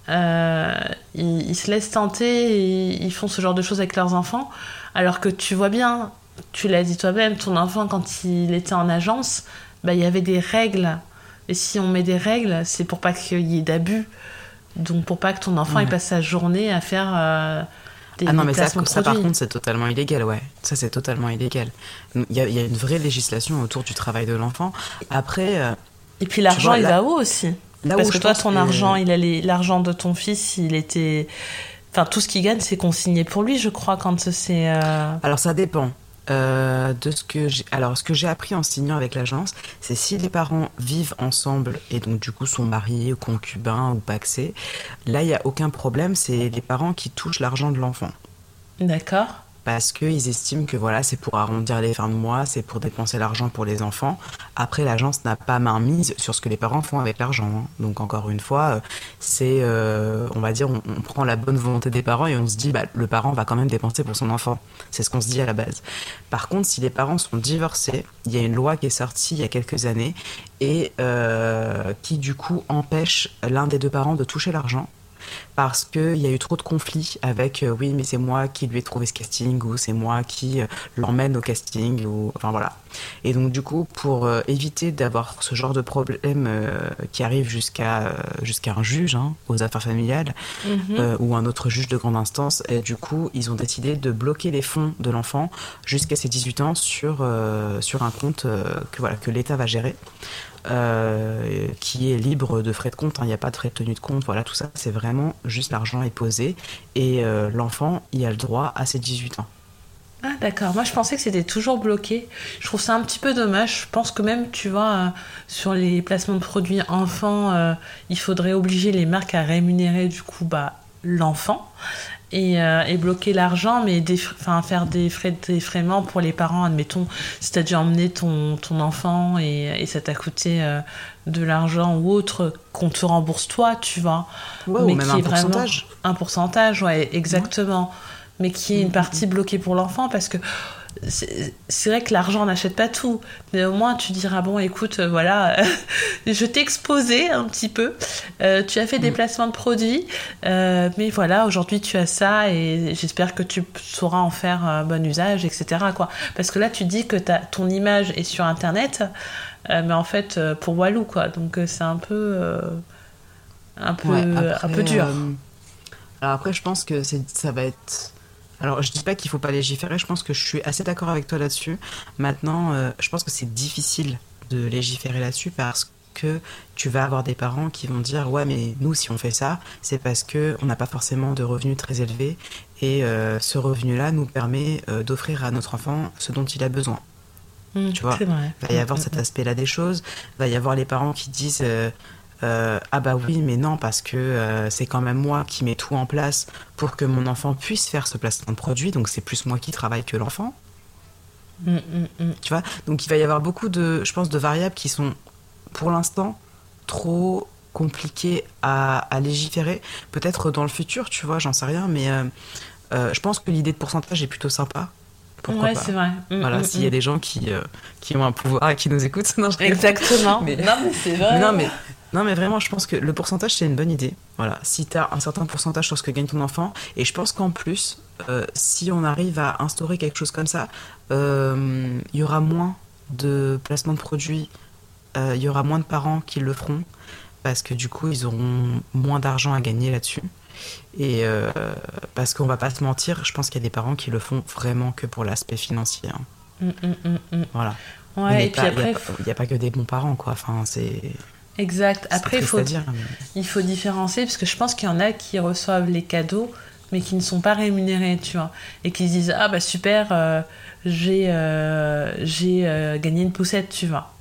Euh, ils, ils se laissent tenter et ils font ce genre de choses avec leurs enfants. Alors que tu vois bien, tu l'as dit toi-même, ton enfant, quand il était en agence, bah, il y avait des règles. Et si on met des règles, c'est pour pas qu'il y ait d'abus. Donc pour pas que ton enfant
ouais.
il passe sa journée à faire euh, des,
ah non,
des
mais
placements
ça,
de produits.
Ça par contre c'est totalement illégal, ouais. Ça c'est totalement illégal. Il y a, il y a une vraie législation autour du travail de l'enfant. Après... Euh,
Et puis l'argent
vois,
il
là,
va où aussi
là
Parce
où
que toi ton
que...
argent, il allait, l'argent de ton fils, il était... Enfin tout ce qu'il gagne c'est consigné pour lui, je crois, quand c'est... Euh...
Alors ça dépend. Euh, de ce que j'ai alors ce que j'ai appris en signant avec l'agence, c'est si les parents vivent ensemble et donc du coup sont mariés ou concubins ou pacsés, là il y a aucun problème, c'est les parents qui touchent l'argent de l'enfant.
D'accord.
Parce qu'ils estiment que voilà, c'est pour arrondir les fins de mois, c'est pour dépenser l'argent pour les enfants. Après, l'agence n'a pas main mise sur ce que les parents font avec l'argent. Hein. Donc, encore une fois, c'est, euh, on va dire, on, on prend la bonne volonté des parents et on se dit, bah, le parent va quand même dépenser pour son enfant. C'est ce qu'on se dit à la base. Par contre, si les parents sont divorcés, il y a une loi qui est sortie il y a quelques années et euh, qui, du coup, empêche l'un des deux parents de toucher l'argent. Parce qu'il y a eu trop de conflits avec euh, oui mais c'est moi qui lui ai trouvé ce casting ou c'est moi qui euh, l'emmène au casting ou enfin voilà. Et donc du coup pour euh, éviter d'avoir ce genre de problème euh, qui arrive jusqu'à euh, jusqu'à un juge hein, aux affaires familiales mm-hmm. euh, ou un autre juge de grande instance, et du coup ils ont décidé de bloquer les fonds de l'enfant jusqu'à ses dix-huit ans sur euh, sur un compte euh, que voilà que l'État va gérer. euh, qui est libre de frais de compte. Il n'y a pas de frais de tenue de compte. Voilà, tout ça, c'est vraiment juste l'argent est posé. Et euh, l'enfant, il a le droit à ses dix-huit ans.
Ah d'accord, moi je pensais que c'était toujours bloqué. Je trouve ça un petit peu dommage. Je pense que même, tu vois, euh, sur les placements de produits enfants, euh, il faudrait obliger les marques à rémunérer du coup bah, l'enfant et, euh, et bloquer l'argent, mais des, enfin, faire des frais de défraiement pour les parents. Admettons, si tu as dû emmener ton, ton enfant et, et ça t'a coûté euh, de l'argent ou autre, qu'on te rembourse toi, tu vois.
Ouais,
mais
ou même
qui
un
est
pourcentage.
Vraiment un pourcentage, ouais, exactement. Ouais. Mais qui est une partie bloquée pour l'enfant, parce que c'est, c'est vrai que l'argent n'achète pas tout, mais au moins tu diras bon écoute euh, voilà je t'ai exposé un petit peu, euh, tu as fait des placements de produits, euh, mais voilà aujourd'hui tu as ça et j'espère que tu sauras en faire euh, bon usage, etc. quoi. Parce que là tu dis que t'as, ton image est sur internet, euh, mais en fait euh, pour Walou quoi, donc euh, c'est un peu euh, un peu
Ouais, après,
un peu dur.
euh, alors après je pense que c'est, ça va être... Alors, je dis pas qu'il faut pas légiférer, je pense que je suis assez d'accord avec toi là-dessus. Maintenant, euh, je pense que c'est difficile de légiférer là-dessus parce que tu vas avoir des parents qui vont dire « Ouais, mais nous, si on fait ça, c'est parce qu'on n'a pas forcément de revenus très élevés et euh, ce revenu-là nous permet euh, d'offrir à notre enfant ce dont il a besoin.
Mmh, »
Tu vois, il va y avoir mmh, cet aspect-là des choses. Il va y avoir les parents qui disent euh, Euh, ah bah oui mais non parce que euh, c'est quand même moi qui mets tout en place pour que mon enfant puisse faire ce placement de produit, donc c'est plus moi qui travaille que l'enfant.
Mm, mm, mm.
Tu vois, donc il va y avoir beaucoup de, je pense, de variables qui sont pour l'instant trop compliquées à, à légiférer. Peut-être dans le futur, tu vois, j'en sais rien, mais euh, euh, je pense que l'idée de pourcentage est plutôt sympa. Pourquoi
ouais,
pas.
C'est vrai. Mm,
voilà,
mm,
s'il y a des gens qui, euh, qui ont un pouvoir et qui nous écoutent. Non, je
Exactement.
mais...
Non, mais c'est vrai.
Mais non, mais, non, mais vraiment, je pense que le pourcentage, c'est une bonne idée. Voilà, si tu as un certain pourcentage sur ce que gagne ton enfant. Et je pense qu'en plus, euh, si on arrive à instaurer quelque chose comme ça, il euh, y aura moins de placements de produits, il euh, y aura moins de parents qui le feront, parce que du coup, ils auront moins d'argent à gagner là-dessus. Et euh, parce qu'on va pas se mentir, je pense qu'il y a des parents qui le font vraiment que pour l'aspect financier. Hein.
Mm, mm, mm, mm.
Voilà.
Ouais, et
pas,
puis après,
il n'y a, a pas que des bons parents, quoi. Enfin, c'est.
Exact.
C'est
après, il faut,
dire, mais...
il faut différencier, parce que je pense qu'il y en a qui reçoivent les cadeaux, mais qui ne sont pas rémunérés, tu vois, et qui se disent ah bah super, euh, j'ai euh, j'ai euh, gagné une poussette, tu vois.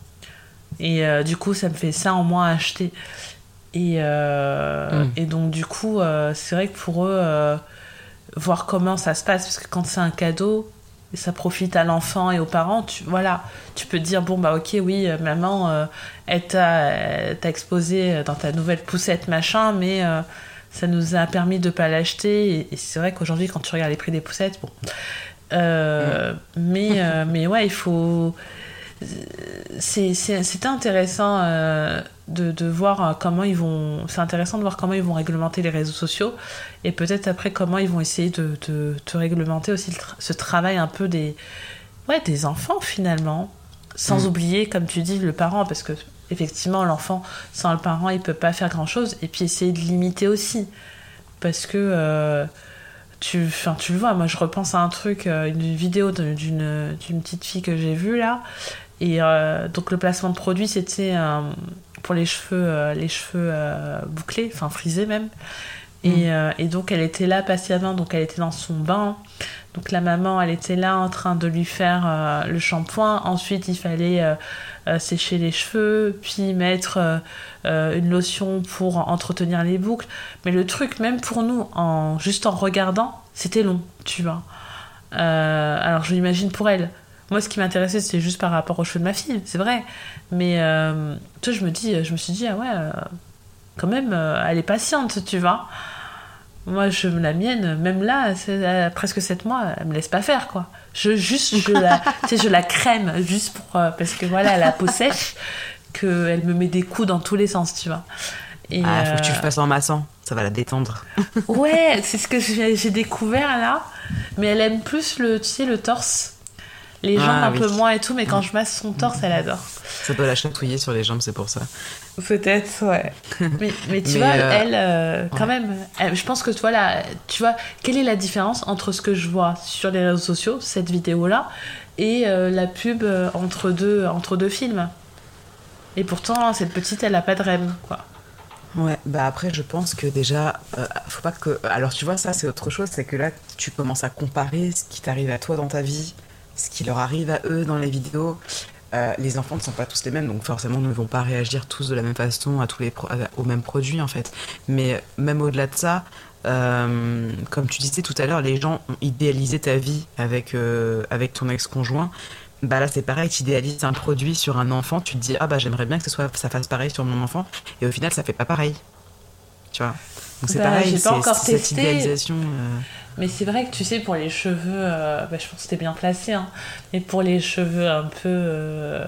Et euh, du coup, ça me fait ça en moins à acheter. Et, euh, mm. et donc, du coup, euh, c'est vrai que pour eux, euh, voir comment ça se passe, parce que quand c'est un cadeau, ça profite à l'enfant et aux parents, tu, voilà, tu peux te dire, bon, bah ok, oui, maman, euh, elle t'a, elle t'a exposé dans ta nouvelle poussette, machin, mais euh, ça nous a permis de ne pas l'acheter. Et, et c'est vrai qu'aujourd'hui, quand tu regardes les prix des poussettes, bon. Euh, mm. mais, euh, mais ouais, il faut... C'est, c'est, c'était intéressant euh, de, de voir comment ils vont c'est intéressant de voir comment ils vont réglementer les réseaux sociaux et peut-être après comment ils vont essayer de, de, de réglementer aussi tra- ce travail un peu des, ouais, des enfants finalement, sans mmh. oublier comme tu dis le parent, parce que effectivement l'enfant sans le parent il peut pas faire grand chose, et puis essayer de limiter aussi parce que euh, tu, enfin, tu le vois, moi je repense à un truc, une vidéo d'une, d'une, d'une petite fille que j'ai vue là. Et euh, donc le placement de produit c'était euh, pour les cheveux, euh, les cheveux euh, bouclés, enfin frisés même. Et, mmh. euh, et donc elle était là patiemment, donc elle était dans son bain. Donc la maman elle était là en train de lui faire euh, le shampoing. Ensuite il fallait euh, euh, sécher les cheveux, puis mettre euh, euh, une lotion pour entretenir les boucles. Mais le truc même pour nous, en, juste en regardant, c'était long, tu vois. Euh, alors je l'imagine pour elle. Moi, ce qui m'intéressait, c'était juste par rapport aux cheveux de ma fille, c'est vrai. Mais euh, tu vois, je me dis, je me suis dit, ah ouais, euh, quand même, euh, elle est patiente, tu vois. Moi, je la mienne, même là, c'est, euh, presque sept mois, elle me laisse pas faire, quoi. Je juste, je la, tu sais, je la crème juste pour euh, parce que voilà, elle a la peau sèche, qu'elle me met des coups dans tous les sens, tu vois.
Et ah, faut euh... que tu le fasses en massant, ça va la détendre.
Ouais, c'est ce que j'ai, j'ai découvert là. Mais elle aime plus le, tu sais, le torse. Les jambes ah, un oui. peu moins et tout, mais quand je masse son torse, elle adore.
Ça doit la chatouiller sur les jambes, c'est pour ça.
Peut-être, ouais. mais, mais tu mais vois, euh... elle, euh, quand ouais. même, elle, je pense que toi, là, tu vois, quelle est la différence entre ce que je vois sur les réseaux sociaux, cette vidéo-là, et euh, la pub entre deux, entre deux films ? Et pourtant, cette petite, elle a pas de rêve, quoi.
Ouais, bah après, je pense que déjà, euh, faut pas que. Alors, tu vois, ça, c'est autre chose, c'est que là, tu commences à comparer ce qui t'arrive à toi dans ta vie, ce qui leur arrive à eux dans les vidéos. Euh, les enfants ne sont pas tous les mêmes, donc forcément, ne vont pas réagir tous de la même façon à tous les pro- à- aux mêmes produits, en fait. Mais même au-delà de ça, euh, comme tu disais tout à l'heure, les gens ont idéalisé ta vie avec, euh, avec ton ex-conjoint. Bah là c'est pareil, tu idéalises un produit sur un enfant, tu te dis ah bah j'aimerais bien que ce soit, ça fasse pareil sur mon enfant, et au final ça fait pas pareil, tu vois. Donc c'est
Bah,
pareil,
j'ai
c'est,
pas encore
c'est cette
testé.
idéalisation. euh,
Mais c'est vrai que tu sais, pour les cheveux, euh, bah, je pense que t'es bien placé, hein, mais pour les cheveux un peu. Euh,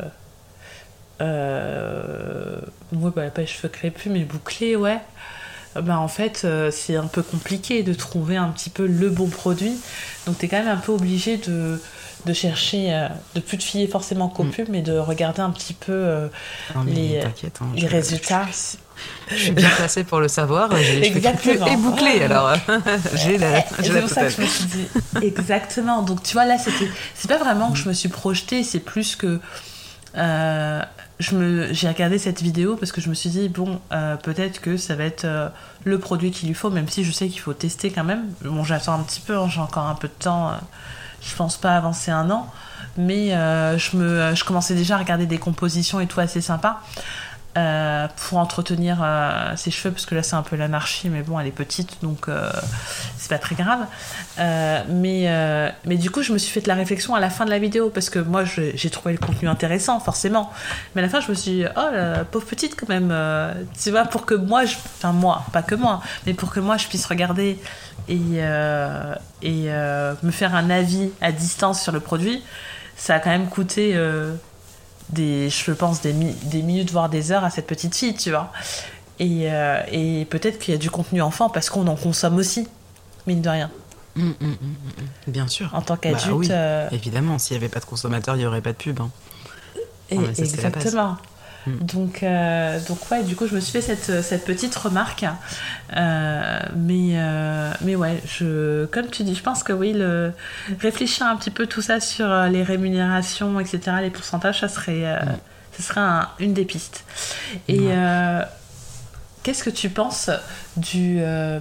euh, ouais, bah, pas les cheveux crépus, mais bouclés, ouais. Bah, en fait, euh, c'est un peu compliqué de trouver un petit peu le bon produit. Donc, t'es quand même un peu obligé de, de chercher, euh, de plus te fier forcément qu'au
Mm.
pub, mais de regarder un petit peu euh,
Non mais
les,
t'inquiète, hein,
les
je,
résultats.
je suis bien placée pour le savoir, j'ai les cheveux crépus
Exactement.
et bouclés, alors euh, j'ai la,
Et
j'ai
c'est
la
pour ça que
totale.
je me suis dit exactement. Donc tu vois là, c'était, c'est pas vraiment que je me suis projetée, c'est plus que euh, je me, j'ai regardé cette vidéo parce que je me suis dit bon, euh, peut-être que ça va être euh, le produit qu'il lui faut, même si je sais qu'il faut tester quand même. Bon, j'attends un petit peu, hein, j'ai encore un peu de temps. Euh, je pense pas avancer un an, mais euh, je me, je commençais déjà à regarder des compositions et tout assez sympa. Euh, pour entretenir euh, ses cheveux, parce que là c'est un peu l'anarchie, mais bon elle est petite donc euh, c'est pas très grave, euh, mais, euh, mais du coup je me suis fait la réflexion à la fin de la vidéo, parce que moi je, j'ai trouvé le contenu intéressant forcément, mais à la fin je me suis dit oh la pauvre petite quand même, euh, tu vois, pour que moi je... enfin moi, pas que moi, mais pour que moi je puisse regarder et, euh, et euh, me faire un avis à distance sur le produit, ça a quand même coûté euh, des, je pense des, mi- des minutes voire des heures à cette petite fille, tu vois, et, euh, et peut-être qu'il y a du contenu enfant parce qu'on en consomme aussi, mine de rien,
Mm, mm, mm, mm, mm. Bien sûr.
en tant
Bah
qu'adulte.
oui,
euh,
évidemment, s'il n'y avait pas de consommateurs, il n'y aurait pas de pub. Hein.
et-
Non, mais ça, c'est la base.
exactement.
Mm.
Donc, euh, donc ouais, du coup, je me suis fait cette, cette petite remarque. Euh, mais, euh, mais ouais, je, comme tu dis, je pense que oui, le, réfléchir un petit peu tout ça sur euh, les rémunérations, et cetera, les pourcentages, ça serait, euh,
Mm.
ça serait un- une des pistes. Et
Ouais.
euh, qu'est-ce que tu penses du... euh,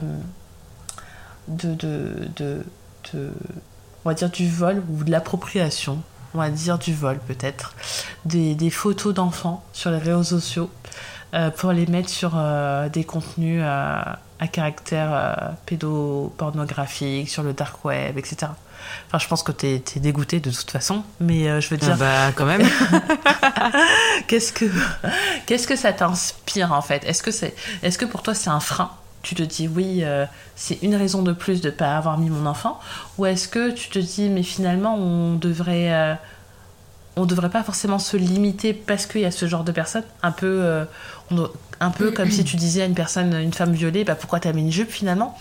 de, de, de, de- on va dire du vol ou de l'appropriation, on va dire du vol peut-être, des, des photos d'enfants sur les réseaux sociaux euh, pour les mettre sur euh, des contenus euh, à caractère euh, pédopornographique, sur le dark web, et cetera. Enfin, je pense que t'es, t'es dégoûté de toute façon, mais euh, je veux
Ah
dire,
bah quand même.
qu'est-ce que, qu'est-ce que ça t'inspire en fait? Est-ce que c'est, est-ce que pour toi c'est un frein? Tu te dis oui, euh, c'est une raison de plus de ne pas avoir mis mon enfant, ou est-ce que tu te dis mais finalement on devrait, euh, on devrait pas forcément se limiter parce qu'il y a ce genre de personnes, un peu, euh, on doit- un peu comme si tu disais à une personne, une femme violée, bah pourquoi t'as mis une jupe finalement?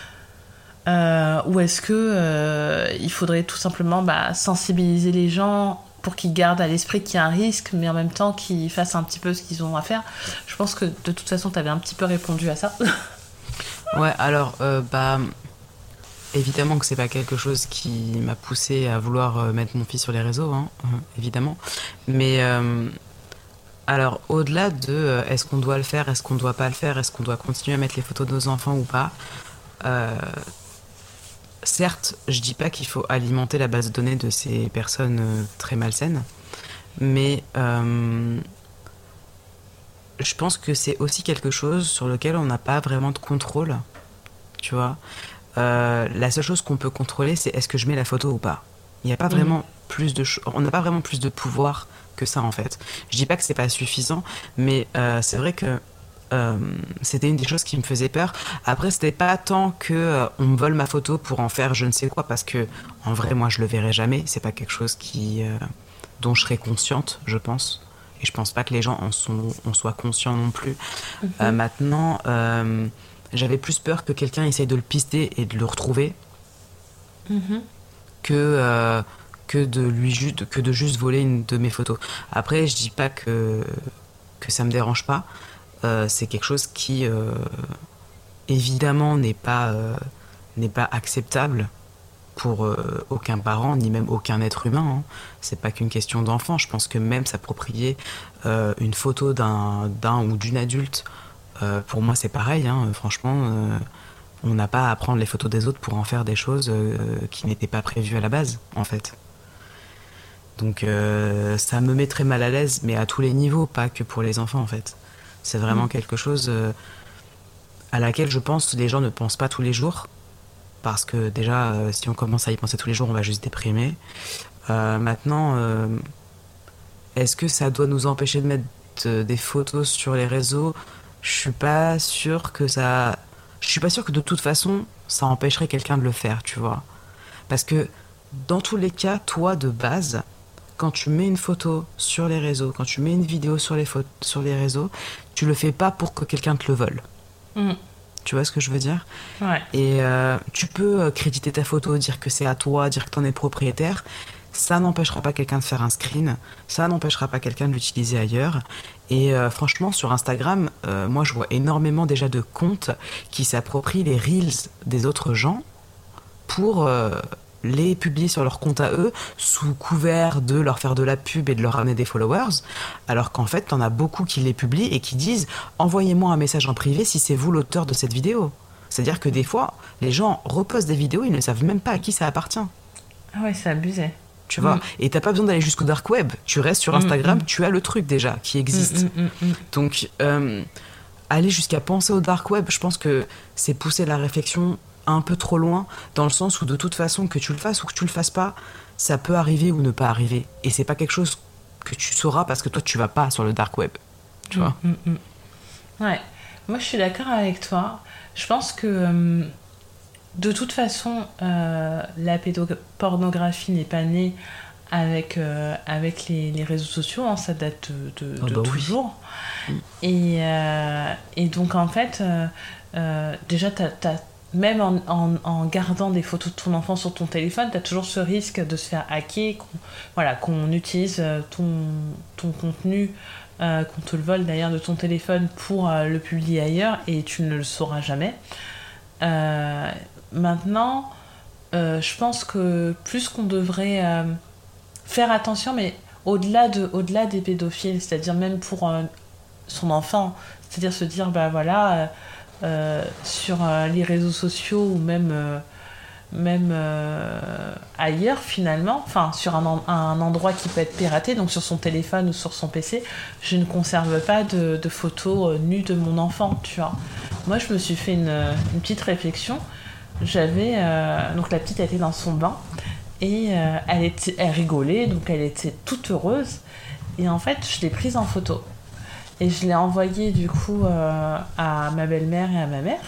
Euh, ou est-ce que euh, il faudrait tout simplement bah, sensibiliser les gens pour qu'ils gardent à l'esprit qu'il y a un risque, mais en même temps qu'ils fassent un petit peu ce qu'ils ont à faire? Je pense que de toute façon, tu avais un petit peu répondu à ça.
Ouais, alors, euh, bah, évidemment que c'est pas quelque chose qui m'a poussé à vouloir euh, mettre mon fils sur les réseaux, hein, euh, évidemment. Mais, euh, alors, au-delà de euh, est-ce qu'on doit le faire, est-ce qu'on doit pas le faire, est-ce qu'on doit continuer à mettre les photos de nos enfants ou pas, euh, certes, je dis pas qu'il faut alimenter la base de données de ces personnes euh, très malsaines, mais euh, je pense que c'est aussi quelque chose sur lequel on n'a pas vraiment de contrôle, tu vois. Euh, la seule chose qu'on peut contrôler, c'est est-ce que je mets la photo ou pas. Il n'y a pas vraiment
Mhm.
plus de cho- on n'a pas vraiment plus de pouvoir que ça en fait. Je dis pas que c'est pas suffisant, mais euh, c'est vrai que euh, c'était une des choses qui me faisait peur. Après, c'était pas tant que euh, on me vole ma photo pour en faire je ne sais quoi, parce que en vrai, moi, je le verrai jamais. C'est pas quelque chose qui euh, dont je serais consciente, je pense. Et je pense pas que les gens en, sont, en soient conscients non plus.
Mhm.
Euh, maintenant, euh, j'avais plus peur que quelqu'un essaye de le pister et de le retrouver
Mhm.
que, euh, que, de lui ju- que de juste voler une de mes photos. Après, je dis pas que, que ça me dérange pas. Euh, c'est quelque chose qui, euh, évidemment, n'est pas, euh, n'est pas acceptable. pour euh, aucun parent, ni même aucun être humain. Hein. C'est pas qu'une question d'enfant. Je pense que même s'approprier euh, une photo d'un, d'un ou d'une adulte, euh, pour moi c'est pareil. Hein. Franchement, euh, on n'a pas à prendre les photos des autres pour en faire des choses euh, qui n'étaient pas prévues à la base, en fait. Donc euh, ça me met très mal à l'aise, mais à tous les niveaux, pas que pour les enfants, en fait. C'est vraiment mmh. quelque chose euh, à laquelle je pense que les gens ne pensent pas tous les jours. Parce que déjà, euh, si on commence à y penser tous les jours, on va juste déprimer. Euh, maintenant, euh, est-ce que ça doit nous empêcher de mettre euh, des photos sur les réseaux ? Je suis pas sûre que ça... Je suis pas sûre que de toute façon, ça empêcherait quelqu'un de le faire, tu vois. Parce que dans tous les cas, toi, de base, quand tu mets une photo sur les réseaux, quand tu mets une vidéo sur les, pho- sur les réseaux, tu le fais pas pour que quelqu'un te le vole. Mm. Tu vois ce que je veux dire ?
Ouais.
Et euh, tu peux créditer ta photo, dire que c'est à toi, dire que t'en es propriétaire. Ça n'empêchera pas quelqu'un de faire un screen. Ça n'empêchera pas quelqu'un de l'utiliser ailleurs. Et euh, franchement, sur Instagram, euh, moi, je vois énormément déjà de comptes qui s'approprient les reels des autres gens pour euh, les publier sur leur compte à eux, sous couvert de leur faire de la pub et de leur ramener des followers, alors qu'en fait, t'en as beaucoup qui les publient et qui disent « Envoyez-moi un message en privé si c'est vous l'auteur de cette vidéo ». C'est-à-dire que des fois, les gens repostent des vidéos, ils ne savent même pas à qui ça appartient.
Ah ouais, c'est abusé.
Tu vois, mmh. Et t'as pas besoin d'aller jusqu'au dark web. Tu restes sur Instagram, mmh. tu as le truc déjà qui existe. Mmh, mmh, mmh. Donc, euh, aller jusqu'à penser au dark web, je pense que c'est pousser la réflexion un peu trop loin, dans le sens où de toute façon, que tu le fasses ou que tu le fasses pas, ça peut arriver ou ne pas arriver. Et c'est pas quelque chose que tu sauras parce que toi, tu vas pas sur le dark web. Tu mmh, vois
mmh, mmh. Ouais, moi je suis d'accord avec toi. Je pense que euh, de toute façon, euh, la pédopornographie n'est pas née avec, euh, avec les, les réseaux sociaux, hein, ça date de, de, oh de bah toujours. Oui. Et, euh, et donc en fait, euh, euh, déjà, t'as, t'as, même en, en, en gardant des photos de ton enfant sur ton téléphone, tu as toujours ce risque de se faire hacker, qu'on, voilà, qu'on utilise ton, ton contenu, euh, qu'on te le vole d'ailleurs de ton téléphone pour euh, le publier ailleurs et tu ne le sauras jamais. Euh, maintenant, euh, je pense que plus qu'on devrait euh, faire attention, mais au-delà, de, au-delà des pédophiles, c'est-à-dire même pour euh, son enfant, c'est-à-dire se dire, bah voilà... Euh, Euh, sur euh, les réseaux sociaux ou même, euh, même euh, ailleurs finalement, enfin sur un, en- un endroit qui peut être piraté, donc sur son téléphone ou sur son P C, je ne conserve pas de, de photos euh, nues de mon enfant, tu vois. Moi je me suis fait une, une petite réflexion. J'avais, euh, donc la petite était dans son bain et euh, elle, était, elle rigolait, donc elle était toute heureuse et en fait je l'ai prise en photo. Et je l'ai envoyé du coup euh, à ma belle-mère et à ma mère.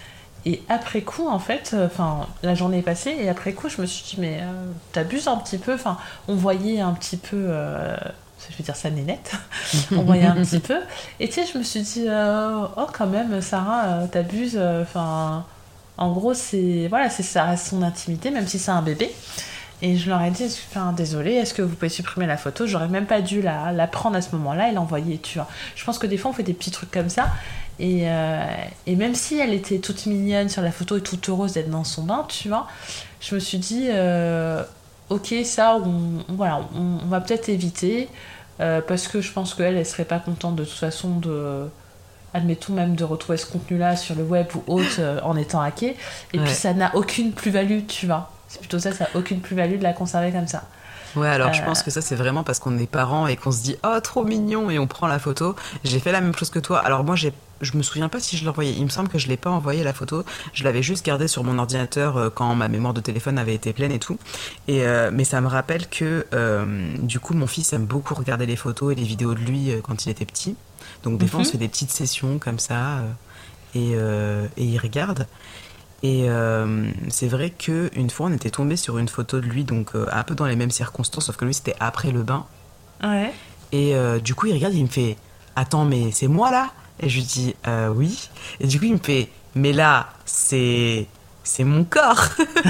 Et après coup, en fait, enfin, euh, la journée est passée et après coup, je me suis dit, mais euh, t'abuses un petit peu. Enfin, on voyait un petit peu, euh, je vais dire ça nénette, on voyait un petit peu. Et tu sais, je me suis dit, euh, oh quand même, Sarah, euh, t'abuses. Enfin, euh, en gros, c'est, voilà, c'est, ça reste son intimité, même si c'est un bébé. Et je leur ai dit, enfin, désolée, est-ce que vous pouvez supprimer la photo ? J'aurais même pas dû la, la prendre à ce moment-là et l'envoyer, tu vois. Je pense que des fois, on fait des petits trucs comme ça. Et, euh, et même si elle était toute mignonne sur la photo et toute heureuse d'être dans son bain, tu vois, je me suis dit, euh, ok, ça, on, voilà, on, on va peut-être éviter. Euh, parce que je pense qu'elle, elle serait pas contente de toute façon de... admettons même de retrouver ce contenu-là sur le web ou autre euh, en étant hacké. Et ouais. Puis ça n'a aucune plus-value, tu vois. C'est plutôt ça, ça n'a aucune plus-value de la conserver comme ça.
Ouais, alors euh... je pense que ça, c'est vraiment parce qu'on est parents et qu'on se dit « Oh, trop mignon !» et on prend la photo. J'ai fait la même chose que toi. Alors moi, j'ai... je me souviens pas si je l'ai envoyé. Il me semble que je l'ai pas envoyé, la photo. Je l'avais juste gardée sur mon ordinateur euh, quand ma mémoire de téléphone avait été pleine et tout. Et, euh, mais ça me rappelle que, euh, du coup, mon fils aime beaucoup regarder les photos et les vidéos de lui euh, quand il était petit. Donc des mm-hmm. fois, on se fait des petites sessions comme ça euh, et, euh, et il regarde. Et euh, c'est vrai qu'une fois, on était tombé sur une photo de lui, donc euh, un peu dans les mêmes circonstances, sauf que lui, c'était après le bain.
Ouais.
Et euh, du coup, il regarde, il me fait « Attends, mais c'est moi, là ?» Et je lui dis euh, « Oui. » Et du coup, il me fait « Mais là, c'est... c'est mon corps. »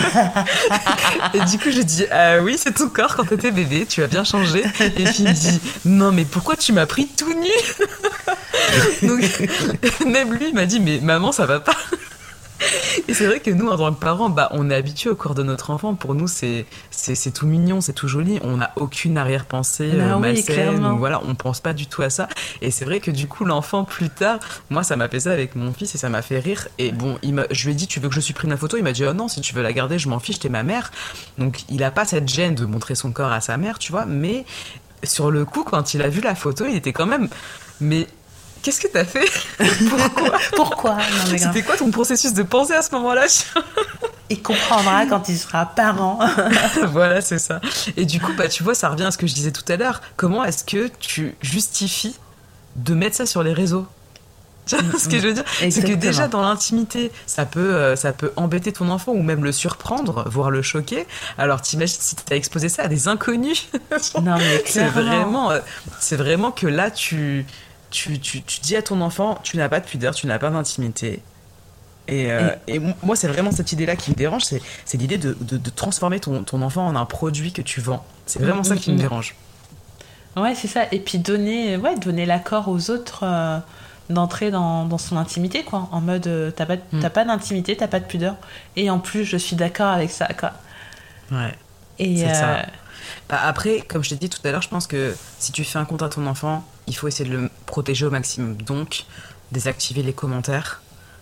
Et du coup, je dis euh, « Oui, c'est ton corps quand t'étais bébé, tu as bien changé. » Et puis, il me dit « Non, mais pourquoi tu m'as pris tout nu ?» Donc, même lui, il m'a dit « Mais maman, ça va pas. » Et c'est vrai que nous, en tant que parents, bah, on est habitués au corps de notre enfant. Pour nous, c'est, c'est, c'est tout mignon, c'est tout joli. On n'a aucune arrière-pensée
bah,
euh,
oui,
malsaine.
clairement.
Ou voilà, on pense pas du tout à ça. Et c'est vrai que du coup, l'enfant, plus tard, moi, ça m'a fait ça avec mon fils et ça m'a fait rire. Et bon, il m'a, je lui ai dit, tu veux que je supprime la photo? Il m'a dit, oh non, si tu veux la garder, je m'en fiche, t'es ma mère. Donc, il a pas cette gêne de montrer son corps à sa mère, tu vois. Mais sur le coup, quand il a vu la photo, il était quand même... Mais... Qu'est-ce que t'as fait? Pourquoi?
Pourquoi? Non, mais grave.
C'était quoi ton processus de pensée à ce moment-là?
Il comprendra quand il sera parent.
Voilà, c'est ça. Et du coup, bah, tu vois, ça revient à ce que je disais tout à l'heure. Comment est-ce que tu justifies de mettre ça sur les réseaux? Tu vois ce que je veux dire?
Exactement.
C'est que déjà dans l'intimité, ça peut, euh, ça peut embêter ton enfant ou même le surprendre, voire le choquer. Alors t'imagines si t'as exposé ça à des inconnus?
Non, mais
c'est
clairement.
vraiment, euh, c'est vraiment que là, tu... Tu, tu, tu dis à ton enfant, tu n'as pas de pudeur, tu n'as pas d'intimité. Et, euh, et... et moi, c'est vraiment cette idée-là qui me dérange, c'est, c'est l'idée de, de, de transformer ton, ton enfant en un produit que tu vends. C'est vraiment mmh, ça qui mmh. me dérange.
Ouais, c'est ça. Et puis donner, ouais, donner l'accord aux autres euh, d'entrer dans, dans son intimité, quoi. En mode, euh, t'as, pas, mmh. t'as pas d'intimité, t'as pas de pudeur. Et en plus, je suis d'accord avec ça, quoi.
Ouais,
et
c'est
euh...
ça. Bah après, comme je t'ai dit tout à l'heure, je pense que si tu fais un compte à ton enfant, il faut essayer de le protéger au maximum. Donc, désactiver les commentaires,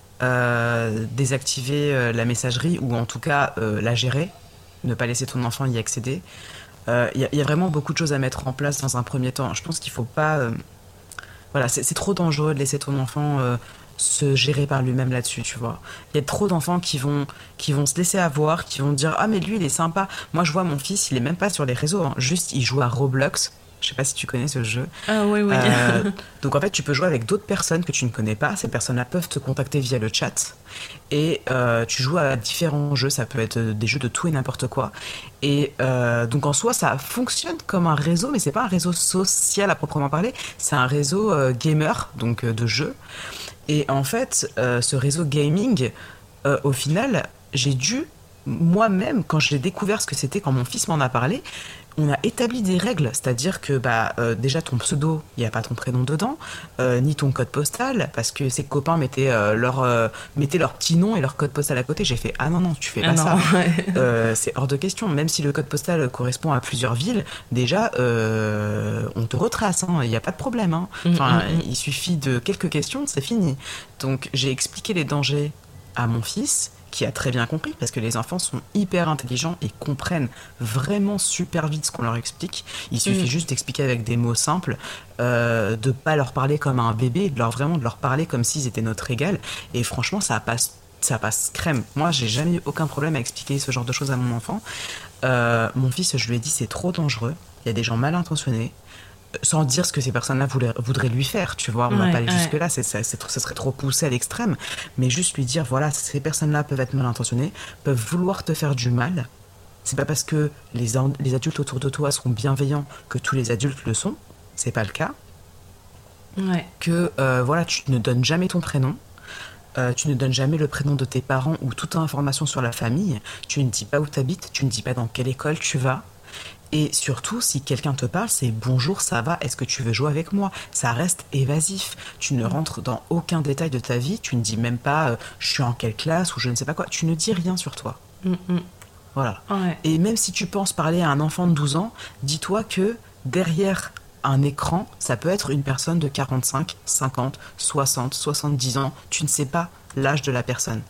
euh, désactiver euh, la messagerie ou en tout cas euh, la gérer, ne pas laisser ton enfant y accéder. Il euh, y, y a vraiment beaucoup de choses à mettre en place dans un premier temps. Je pense qu'il faut pas... Euh... Voilà, c'est, c'est trop dangereux de laisser ton enfant... Euh, se gérer par lui-même là-dessus, tu vois. Il y a trop d'enfants qui vont, qui vont se laisser avoir, qui vont dire « Ah, mais lui, il est sympa. » Moi, je vois mon fils, il est même pas sur les réseaux, hein. Juste, il joue à Roblox. Je sais pas si tu connais ce jeu.
Ah oui, oui.
Euh, donc, en fait, tu peux jouer avec d'autres personnes que tu ne connais pas. Ces personnes-là peuvent te contacter via le chat. Et euh, tu joues à différents jeux. Ça peut être des jeux de tout et n'importe quoi. Et euh, donc, en soi, ça fonctionne comme un réseau, mais c'est pas un réseau social à proprement parler. C'est un réseau euh, gamer, donc euh, de jeux. Et en fait, euh, ce réseau gaming, euh, au final, j'ai dû, moi-même, quand j'ai découvert ce que c'était, quand mon fils m'en a parlé, on a établi des règles, c'est-à-dire que bah, euh, déjà ton pseudo, il n'y a pas ton prénom dedans, euh, ni ton code postal, parce que ses copains mettaient, euh, leur, euh, mettaient leur petit nom et leur code postal à côté. J'ai fait « Ah non, non, tu fais pas
ah
ça.
Non, ouais. »
euh, C'est hors de question. Même si le code postal correspond à plusieurs villes, déjà, euh, on te retrace, il hein, n'y a pas de problème. Hein. Enfin, mm-hmm. Il suffit de quelques questions, c'est fini. Donc, j'ai expliqué les dangers à mon fils, qui a très bien compris, parce que les enfants sont hyper intelligents et comprennent vraiment super vite ce qu'on leur explique. Il suffit mmh. juste d'expliquer avec des mots simples, euh, de pas leur parler comme un bébé, de leur, vraiment de leur parler comme s'ils étaient notre égal. Et franchement, ça passe, ça passe crème. Moi, j'ai jamais eu aucun problème à expliquer ce genre de choses à mon enfant. Euh, mon fils, je lui ai dit, c'est trop dangereux. Il y a des gens mal intentionnés. Sans dire ce que ces personnes-là voulaient, voudraient lui faire, tu vois, on va
ouais,
pas aller
ouais.
jusque-là, c'est, c'est, c'est, ça serait trop poussé à l'extrême, mais juste lui dire, voilà, ces personnes-là peuvent être mal intentionnées, peuvent vouloir te faire du mal, c'est pas parce que les, les adultes autour de toi seront bienveillants que tous les adultes le sont, c'est pas le cas,
ouais.
que, euh, voilà, tu ne donnes jamais ton prénom, Euh, tu ne donnes jamais le prénom de tes parents ou toute information sur la famille, tu ne dis pas où tu habites, tu ne dis pas dans quelle école tu vas. Et surtout, si quelqu'un te parle, c'est « Bonjour, ça va, est-ce que tu veux jouer avec moi ?» Ça reste évasif. Tu ne rentres dans aucun détail de ta vie. Tu ne dis même pas euh, « Je suis en quelle classe ?» ou je ne sais pas quoi. Tu ne dis rien sur toi.
Mm-hmm.
Voilà.
Ouais.
Et même si tu penses parler à un enfant de douze ans, dis-toi que derrière un écran, ça peut être une personne de quarante-cinq, cinquante, soixante, soixante-dix ans. Tu ne sais pas l'âge de la personne.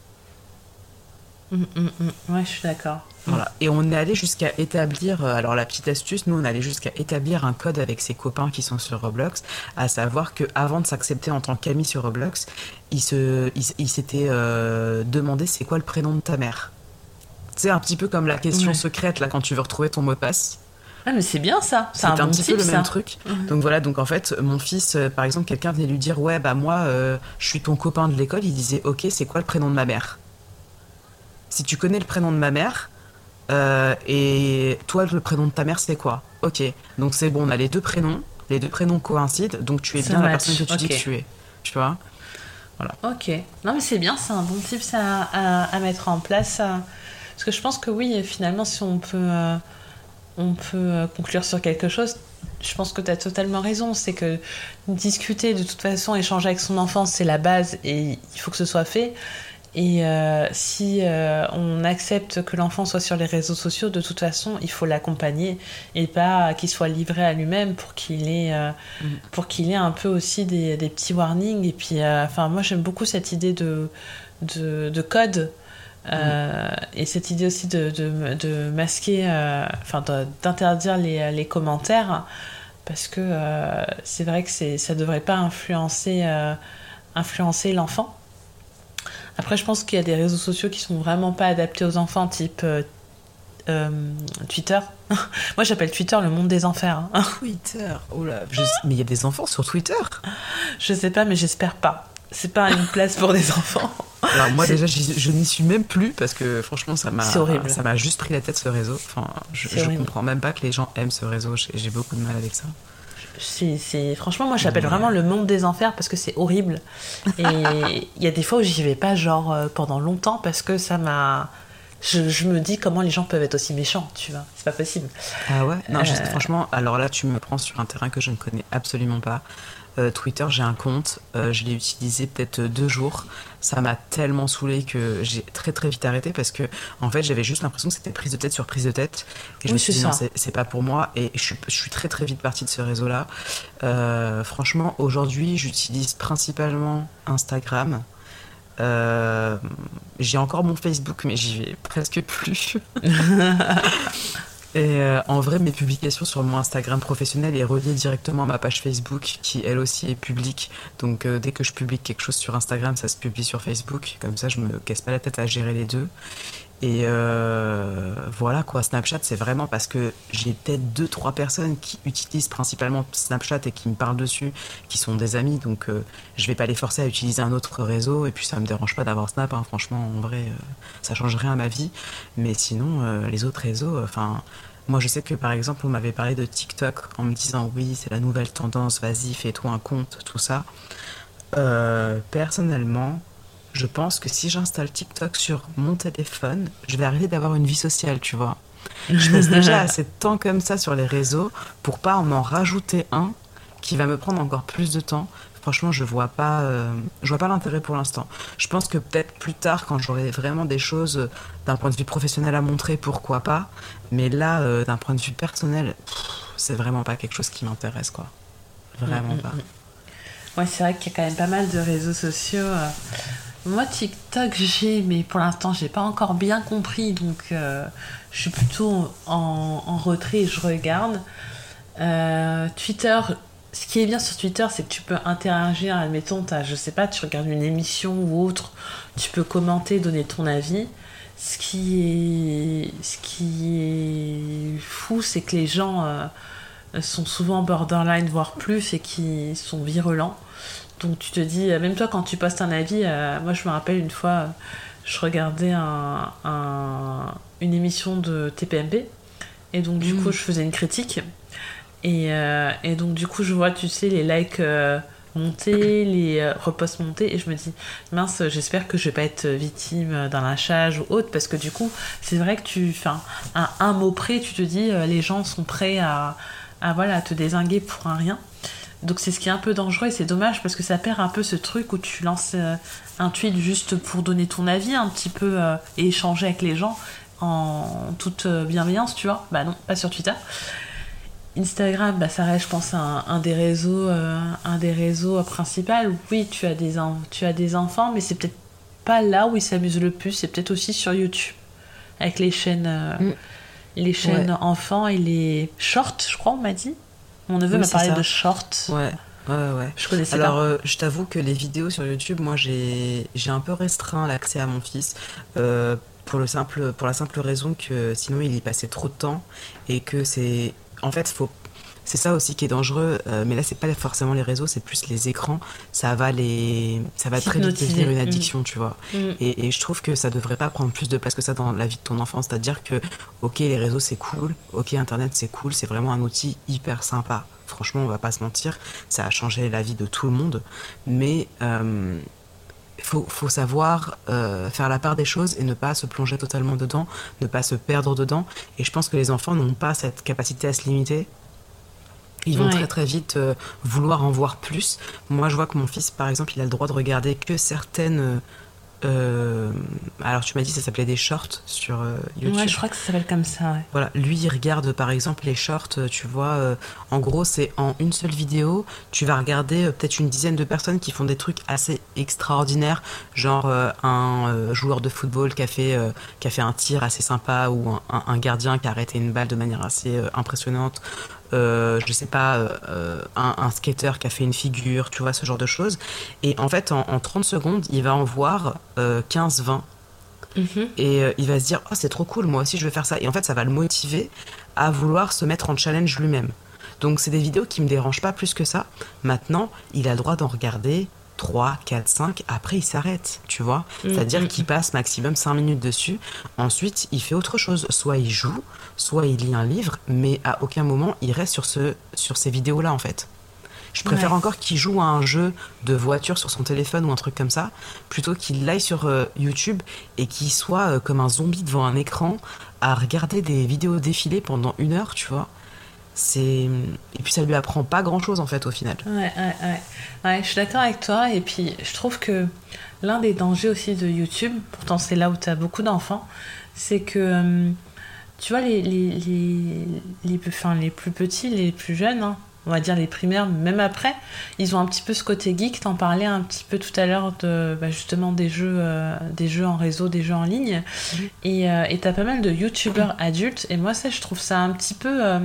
Mm, mm, mm. Ouais, je suis d'accord.
Voilà. Et on est allé jusqu'à établir, euh, alors la petite astuce, nous on est allé jusqu'à établir un code avec ses copains qui sont sur Roblox, à savoir qu'avant de s'accepter en tant qu'ami sur Roblox, il, se, il, il s'était euh, demandé c'est quoi le prénom de ta mère. C'est un petit peu comme la question ouais. secrète là quand tu veux retrouver ton mot de passe.
Ah mais c'est bien ça, c'est,
c'est
un,
un
bon
petit
type,
peu le
ça.
même truc. Mmh. Donc voilà, donc en fait mon fils, euh, par exemple quelqu'un venait lui dire ouais bah moi euh, je suis ton copain de l'école, il disait ok c'est quoi le prénom de ma mère. Si tu connais le prénom de ma mère euh, et toi le prénom de ta mère c'est quoi. Ok, donc c'est bon, on a les deux prénoms, les deux prénoms coïncident, donc tu es
ça
bien
match.
la personne que tu
okay.
dis que tu es, tu vois. Voilà.
Ok, non mais c'est bien, c'est un bon type ça, à, à mettre en place, ça. Parce que je pense que oui, finalement si on peut, euh, on peut conclure sur quelque chose, je pense que tu as totalement raison, c'est que discuter de toute façon, échanger avec son enfant c'est la base et il faut que ce soit fait. Et euh, si euh, on accepte que l'enfant soit sur les réseaux sociaux, de toute façon, il faut l'accompagner et pas qu'il soit livré à lui-même pour qu'il ait, euh, mmh. pour qu'il ait un peu aussi des, des petits warnings. Et puis, enfin, euh, moi, j'aime beaucoup cette idée de, de, de code. Euh, mmh. Et cette idée aussi de, de, de masquer, enfin, euh, d'interdire les, les commentaires, parce que euh, c'est vrai que c'est, ça ne devrait pas influencer, euh, influencer l'enfant. Après, je pense qu'il y a des réseaux sociaux qui sont vraiment pas adaptés aux enfants, type euh, euh, Twitter. Moi, j'appelle Twitter le monde des enfers. Hein.
Twitter, oh là, je... mais il y a des enfants sur Twitter.
Je sais pas, mais j'espère pas. C'est pas une place pour des enfants.
Alors moi c'est... déjà, je, je n'y suis même plus parce que franchement, ça m'a,
c'est horrible.
Ça m'a juste pris la tête ce réseau. Enfin, je, je comprends même pas que les gens aiment ce réseau. J'ai, j'ai beaucoup de mal avec ça.
C'est, c'est... Franchement, moi, j'appelle vraiment le monde des enfers parce que c'est horrible. Et il y a des fois où j'y vais pas, genre, euh, pendant longtemps parce que ça m'a... Je, je me dis comment les gens peuvent être aussi méchants, tu vois. C'est pas possible.
Ah ouais Non,
euh...
je, franchement, alors là, tu me prends sur un terrain que je ne connais absolument pas. Euh, Twitter, j'ai un compte, euh, je l'ai utilisé peut-être deux jours. Ça m'a tellement saoulée que j'ai très très vite arrêté parce que en fait j'avais juste l'impression que c'était prise de tête sur prise de tête et je oui, me suis dit non, c'est, c'est pas pour moi et je suis, je suis très très vite partie de ce réseau-là. Euh, franchement, aujourd'hui, j'utilise principalement Instagram. Euh, j'ai encore mon Facebook, mais j'y vais presque plus. Et euh, en vrai, mes publications sur mon Instagram professionnel est reliée directement à ma page Facebook, qui elle aussi est publique. Donc euh, dès que je publie quelque chose sur Instagram, ça se publie sur Facebook. Comme ça, je me casse pas la tête à gérer les deux. Et euh, voilà quoi, Snapchat, c'est vraiment parce que j'ai peut-être deux, trois personnes qui utilisent principalement Snapchat et qui me parlent dessus, qui sont des amis. Donc euh, je vais pas les forcer à utiliser un autre réseau. Et puis ça me dérange pas d'avoir Snap. Hein. Franchement, en vrai, euh, ça change rien à ma vie. Mais sinon, euh, les autres réseaux, enfin... Euh, moi, je sais que, par exemple, on m'avait parlé de TikTok en me disant « Oui, c'est la nouvelle tendance, vas-y, fais-toi un compte, tout ça. Euh, » Personnellement, je pense que si j'installe TikTok sur mon téléphone, je vais arrêter d'avoir une vie sociale, tu vois. Je passe déjà assez de temps comme ça sur les réseaux pour pas en rajouter un qui va me prendre encore plus de temps. Franchement, je vois pas, euh, je vois pas l'intérêt pour l'instant. Je pense que peut-être plus tard, quand j'aurai vraiment des choses d'un point de vue professionnel à montrer, pourquoi pas. Mais là, euh, d'un point de vue personnel, pff, c'est vraiment pas quelque chose qui m'intéresse, quoi. Vraiment mmh, pas.
Mmh. Ouais, c'est vrai qu'il y a quand même pas mal de réseaux sociaux. Moi, TikTok, j'ai, mais pour l'instant, j'ai pas encore bien compris. Donc, euh, je suis plutôt en, en retrait et je regarde. Euh, Twitter... Ce qui est bien sur Twitter, c'est que tu peux interagir, admettons, t'as, je sais pas, tu regardes une émission ou autre, tu peux commenter, donner ton avis. Ce qui est, ce qui est fou, c'est que les gens euh, sont souvent borderline, voire plus, et qui sont virulents. Donc tu te dis, même toi quand tu postes un avis, euh, moi je me rappelle une fois, je regardais un, un, une émission de T P M P, et donc du mmh. coup je faisais une critique. Et, euh, et donc du coup je vois, tu sais, les likes euh, monter, les euh, reposts monter, et je me dis mince, j'espère que je vais pas être victime d'un lynchage ou autre, parce que du coup c'est vrai que tu, enfin, un, un mot près, tu te dis euh, les gens sont prêts à, à voilà, à te dézinguer pour un rien. Donc c'est ce qui est un peu dangereux et c'est dommage parce que ça perd un peu ce truc où tu lances euh, un tweet juste pour donner ton avis un petit peu euh, et échanger avec les gens en toute bienveillance, tu vois. Bah non, pas sur Twitter. Instagram, bah, ça reste, je pense, un, un des réseaux, euh, un des réseaux principaux. Oui, tu as des, en, tu as des enfants, mais c'est peut-être pas là où ils s'amusent le plus. C'est peut-être aussi sur YouTube, avec les chaînes, euh, mm. les chaînes ouais. enfants et les shorts, je crois, on m'a dit. Mon neveu oui, m'a parlé ça. de shorts.
Ouais. Ouais, ouais.
Je connaissais
Alors,
pas.
Euh, je t'avoue que les vidéos sur YouTube, moi, j'ai, j'ai un peu restreint l'accès à mon fils. Euh, pour, le simple, pour la simple raison que sinon, il y passait trop de temps et que c'est. En fait, faut... c'est ça aussi qui est dangereux, euh, mais là, c'est pas forcément les réseaux, c'est plus les écrans. Ça va, les... ça va très vite devenir une addiction, mmh. tu vois. Mmh. Et, et je trouve que ça devrait pas prendre plus de place que ça dans la vie de ton enfant. C'est-à-dire que, ok, les réseaux, c'est cool. Ok, Internet, c'est cool. C'est vraiment un outil hyper sympa. Franchement, on va pas se mentir. Ça a changé la vie de tout le monde. Mais... Euh... Il faut, faut savoir euh, faire la part des choses et ne pas se plonger totalement dedans, ne pas se perdre dedans. Et je pense que les enfants n'ont pas cette capacité à se limiter. Ils vont ouais. très très vite euh, vouloir en voir plus. Moi, je vois que mon fils, par exemple, il a le droit de regarder que certaines Euh, alors tu m'as dit ça s'appelait des shorts sur euh, YouTube.
Ouais, je crois que ça s'appelle comme ça, ouais.
Voilà, lui il regarde par exemple les shorts, tu vois, euh, en gros c'est en une seule vidéo, tu vas regarder euh, peut-être une dizaine de personnes qui font des trucs assez extraordinaires, genre euh, un euh, joueur de football qui a fait, euh, qui a fait un tir assez sympa, ou un, un, un gardien qui a arrêté une balle de manière assez euh, impressionnante. Euh, je sais pas, euh, un, un skater qui a fait une figure, tu vois, ce genre de choses. Et en fait, en, en trente secondes, il va en voir euh, quinze vingt. Mm-hmm. Et euh, il va se dire, oh, c'est trop cool, moi aussi je veux faire ça. Et en fait, ça va le motiver à vouloir se mettre en challenge lui-même. Donc, c'est des vidéos qui me dérangent pas plus que ça. Maintenant, il a le droit d'en regarder trois, quatre, cinq, après il s'arrête, tu vois. Mm-hmm. C'est-à-dire qu'il passe maximum cinq minutes dessus, ensuite il fait autre chose, soit il joue, soit il lit un livre, mais à aucun moment il reste sur, ce, sur ces vidéos-là en fait. Je préfère ouais. encore qu'il joue à un jeu de voiture sur son téléphone ou un truc comme ça, plutôt qu'il aille sur euh, YouTube et qu'il soit euh, comme un zombie devant un écran à regarder des vidéos défiler pendant une heure, tu vois. C'est... Et puis ça lui apprend pas grand chose en fait au final.
Ouais, ouais, ouais. ouais je suis d'accord avec toi. Et puis je trouve que l'un des dangers aussi de YouTube, pourtant c'est là où tu as beaucoup d'enfants, c'est que tu vois, les, les, les, les, enfin, les plus petits, les plus jeunes, hein, on va dire les primaires, même après, ils ont un petit peu ce côté geek. T'en parlais un petit peu tout à l'heure de bah, justement des jeux, euh, des jeux en réseau, des jeux en ligne. Mmh. Et euh, et t'as pas mal de youtubeurs mmh. adultes. Et moi, ça, je trouve ça un petit peu euh,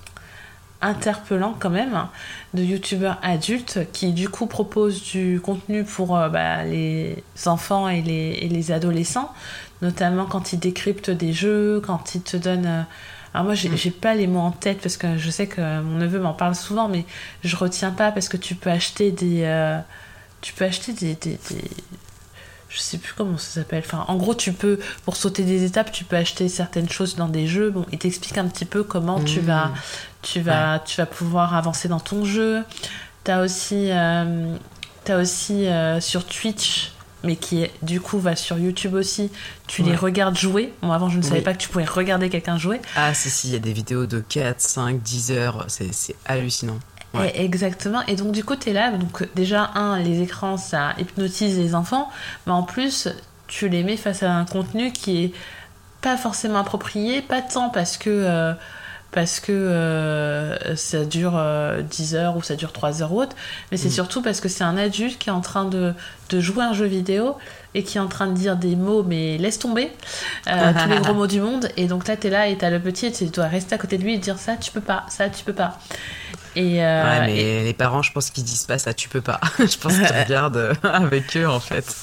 interpellant quand même, de youtubeurs adultes qui du coup proposent du contenu pour euh, bah, les enfants et les, et les adolescents, notamment quand ils décryptent des jeux, quand ils te donnent... Euh, alors moi, j'ai, mmh. j'ai pas les mots en tête parce que je sais que mon neveu m'en parle souvent, mais je retiens pas parce que tu peux acheter des... Euh, tu peux acheter des, des, des... Je sais plus comment ça s'appelle. Enfin, en gros, tu peux, pour sauter des étapes, tu peux acheter certaines choses dans des jeux. Bon, il t'explique un petit peu comment mmh. tu vas, tu vas, ouais. tu vas pouvoir avancer dans ton jeu. T'as aussi, euh, t'as aussi euh, sur Twitch, mais qui du coup va sur YouTube aussi, tu ouais. les regardes jouer. Bon, avant je ne savais oui. pas que tu pouvais regarder quelqu'un jouer.
Ah si si, il y a des vidéos de quatre, cinq, dix heures, c'est, c'est hallucinant. Ouais.
Et exactement, et donc du coup t'es là, donc déjà un, les écrans ça hypnotise les enfants, mais en plus tu les mets face à un contenu qui est pas forcément approprié, pas tant parce que... Euh, parce que euh, ça dure euh, dix heures ou ça dure trois heures ou autre, mais c'est mmh. surtout parce que c'est un adulte qui est en train de, de jouer un jeu vidéo et qui est en train de dire des mots, mais laisse tomber, euh, tous les gros mots du monde, et donc là t'es là et t'as le petit et tu dois rester à côté de lui et dire ça tu peux pas, ça tu peux pas. Et euh,
ouais, mais
et...
les parents, je pense qu'ils disent pas ça, tu peux pas. Je pense qu'ils regardent avec eux, en fait.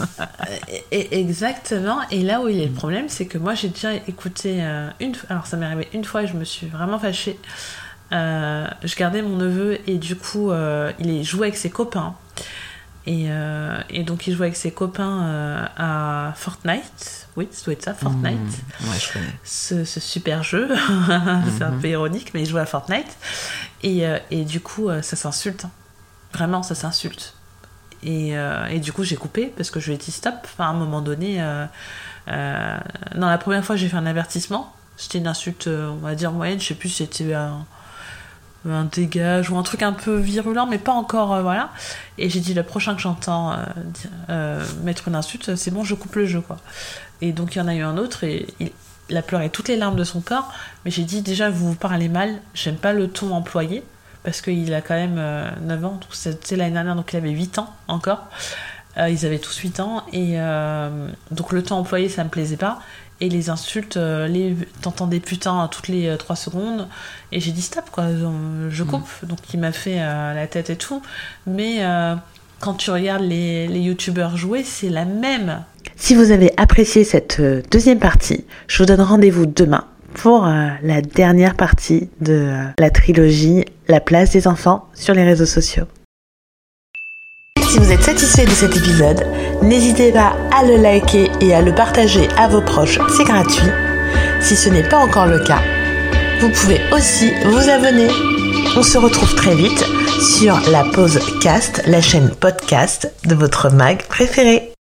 et, exactement. Et là où il y a le problème, c'est que moi, j'ai déjà écouté euh, une fois. Alors, ça m'est arrivé une fois et je me suis vraiment fâchée. Euh, je gardais mon neveu et du coup, euh, il jouait avec ses copains. Et, euh, et donc, il jouait avec ses copains euh, à Fortnite. Oui, ça doit être ça, Fortnite.
Mmh, ouais, je connais.
Ce, ce super jeu. C'est un peu ironique, mais il jouait à Fortnite. Et, euh, et du coup, euh, ça s'insulte. Vraiment, ça s'insulte. Et, euh, et du coup, j'ai coupé parce que je lui ai dit stop. Enfin, à un moment donné, euh, euh, non, la première fois, j'ai fait un avertissement. C'était une insulte, on va dire, moyenne. Je sais plus si c'était un, un dégage ou un truc un peu virulent, mais pas encore, euh, voilà. Et j'ai dit, le prochain que j'entends euh, euh, mettre une insulte, c'est bon, je coupe le jeu, quoi. Et donc, il y en a eu un autre et il, il a pleuré toutes les larmes de son corps. Mais j'ai dit, déjà, vous vous parlez mal. J'aime pas le ton employé. Parce qu'il a quand même euh, neuf ans. Donc c'était l'année dernière, donc il avait huit ans encore. Euh, ils avaient tous huit ans. Et euh, donc le ton employé, ça me plaisait pas. Et les insultes, euh, les, t'entendais putain toutes les euh, trois secondes. Et j'ai dit stop, quoi. Je coupe. Mmh. Donc il m'a fait euh, la tête et tout. Mais euh, quand tu regardes les, les youtubeurs jouer, c'est la même.
Si vous avez apprécié cette deuxième partie, je vous donne rendez-vous demain pour euh, la dernière partie de euh, la trilogie La place des enfants sur les réseaux sociaux. Si vous êtes satisfait de cet épisode, n'hésitez pas à le liker et à le partager à vos proches, c'est gratuit. Si ce n'est pas encore le cas, vous pouvez aussi vous abonner. On se retrouve très vite sur la Pause Cast, la chaîne podcast de votre mag préféré.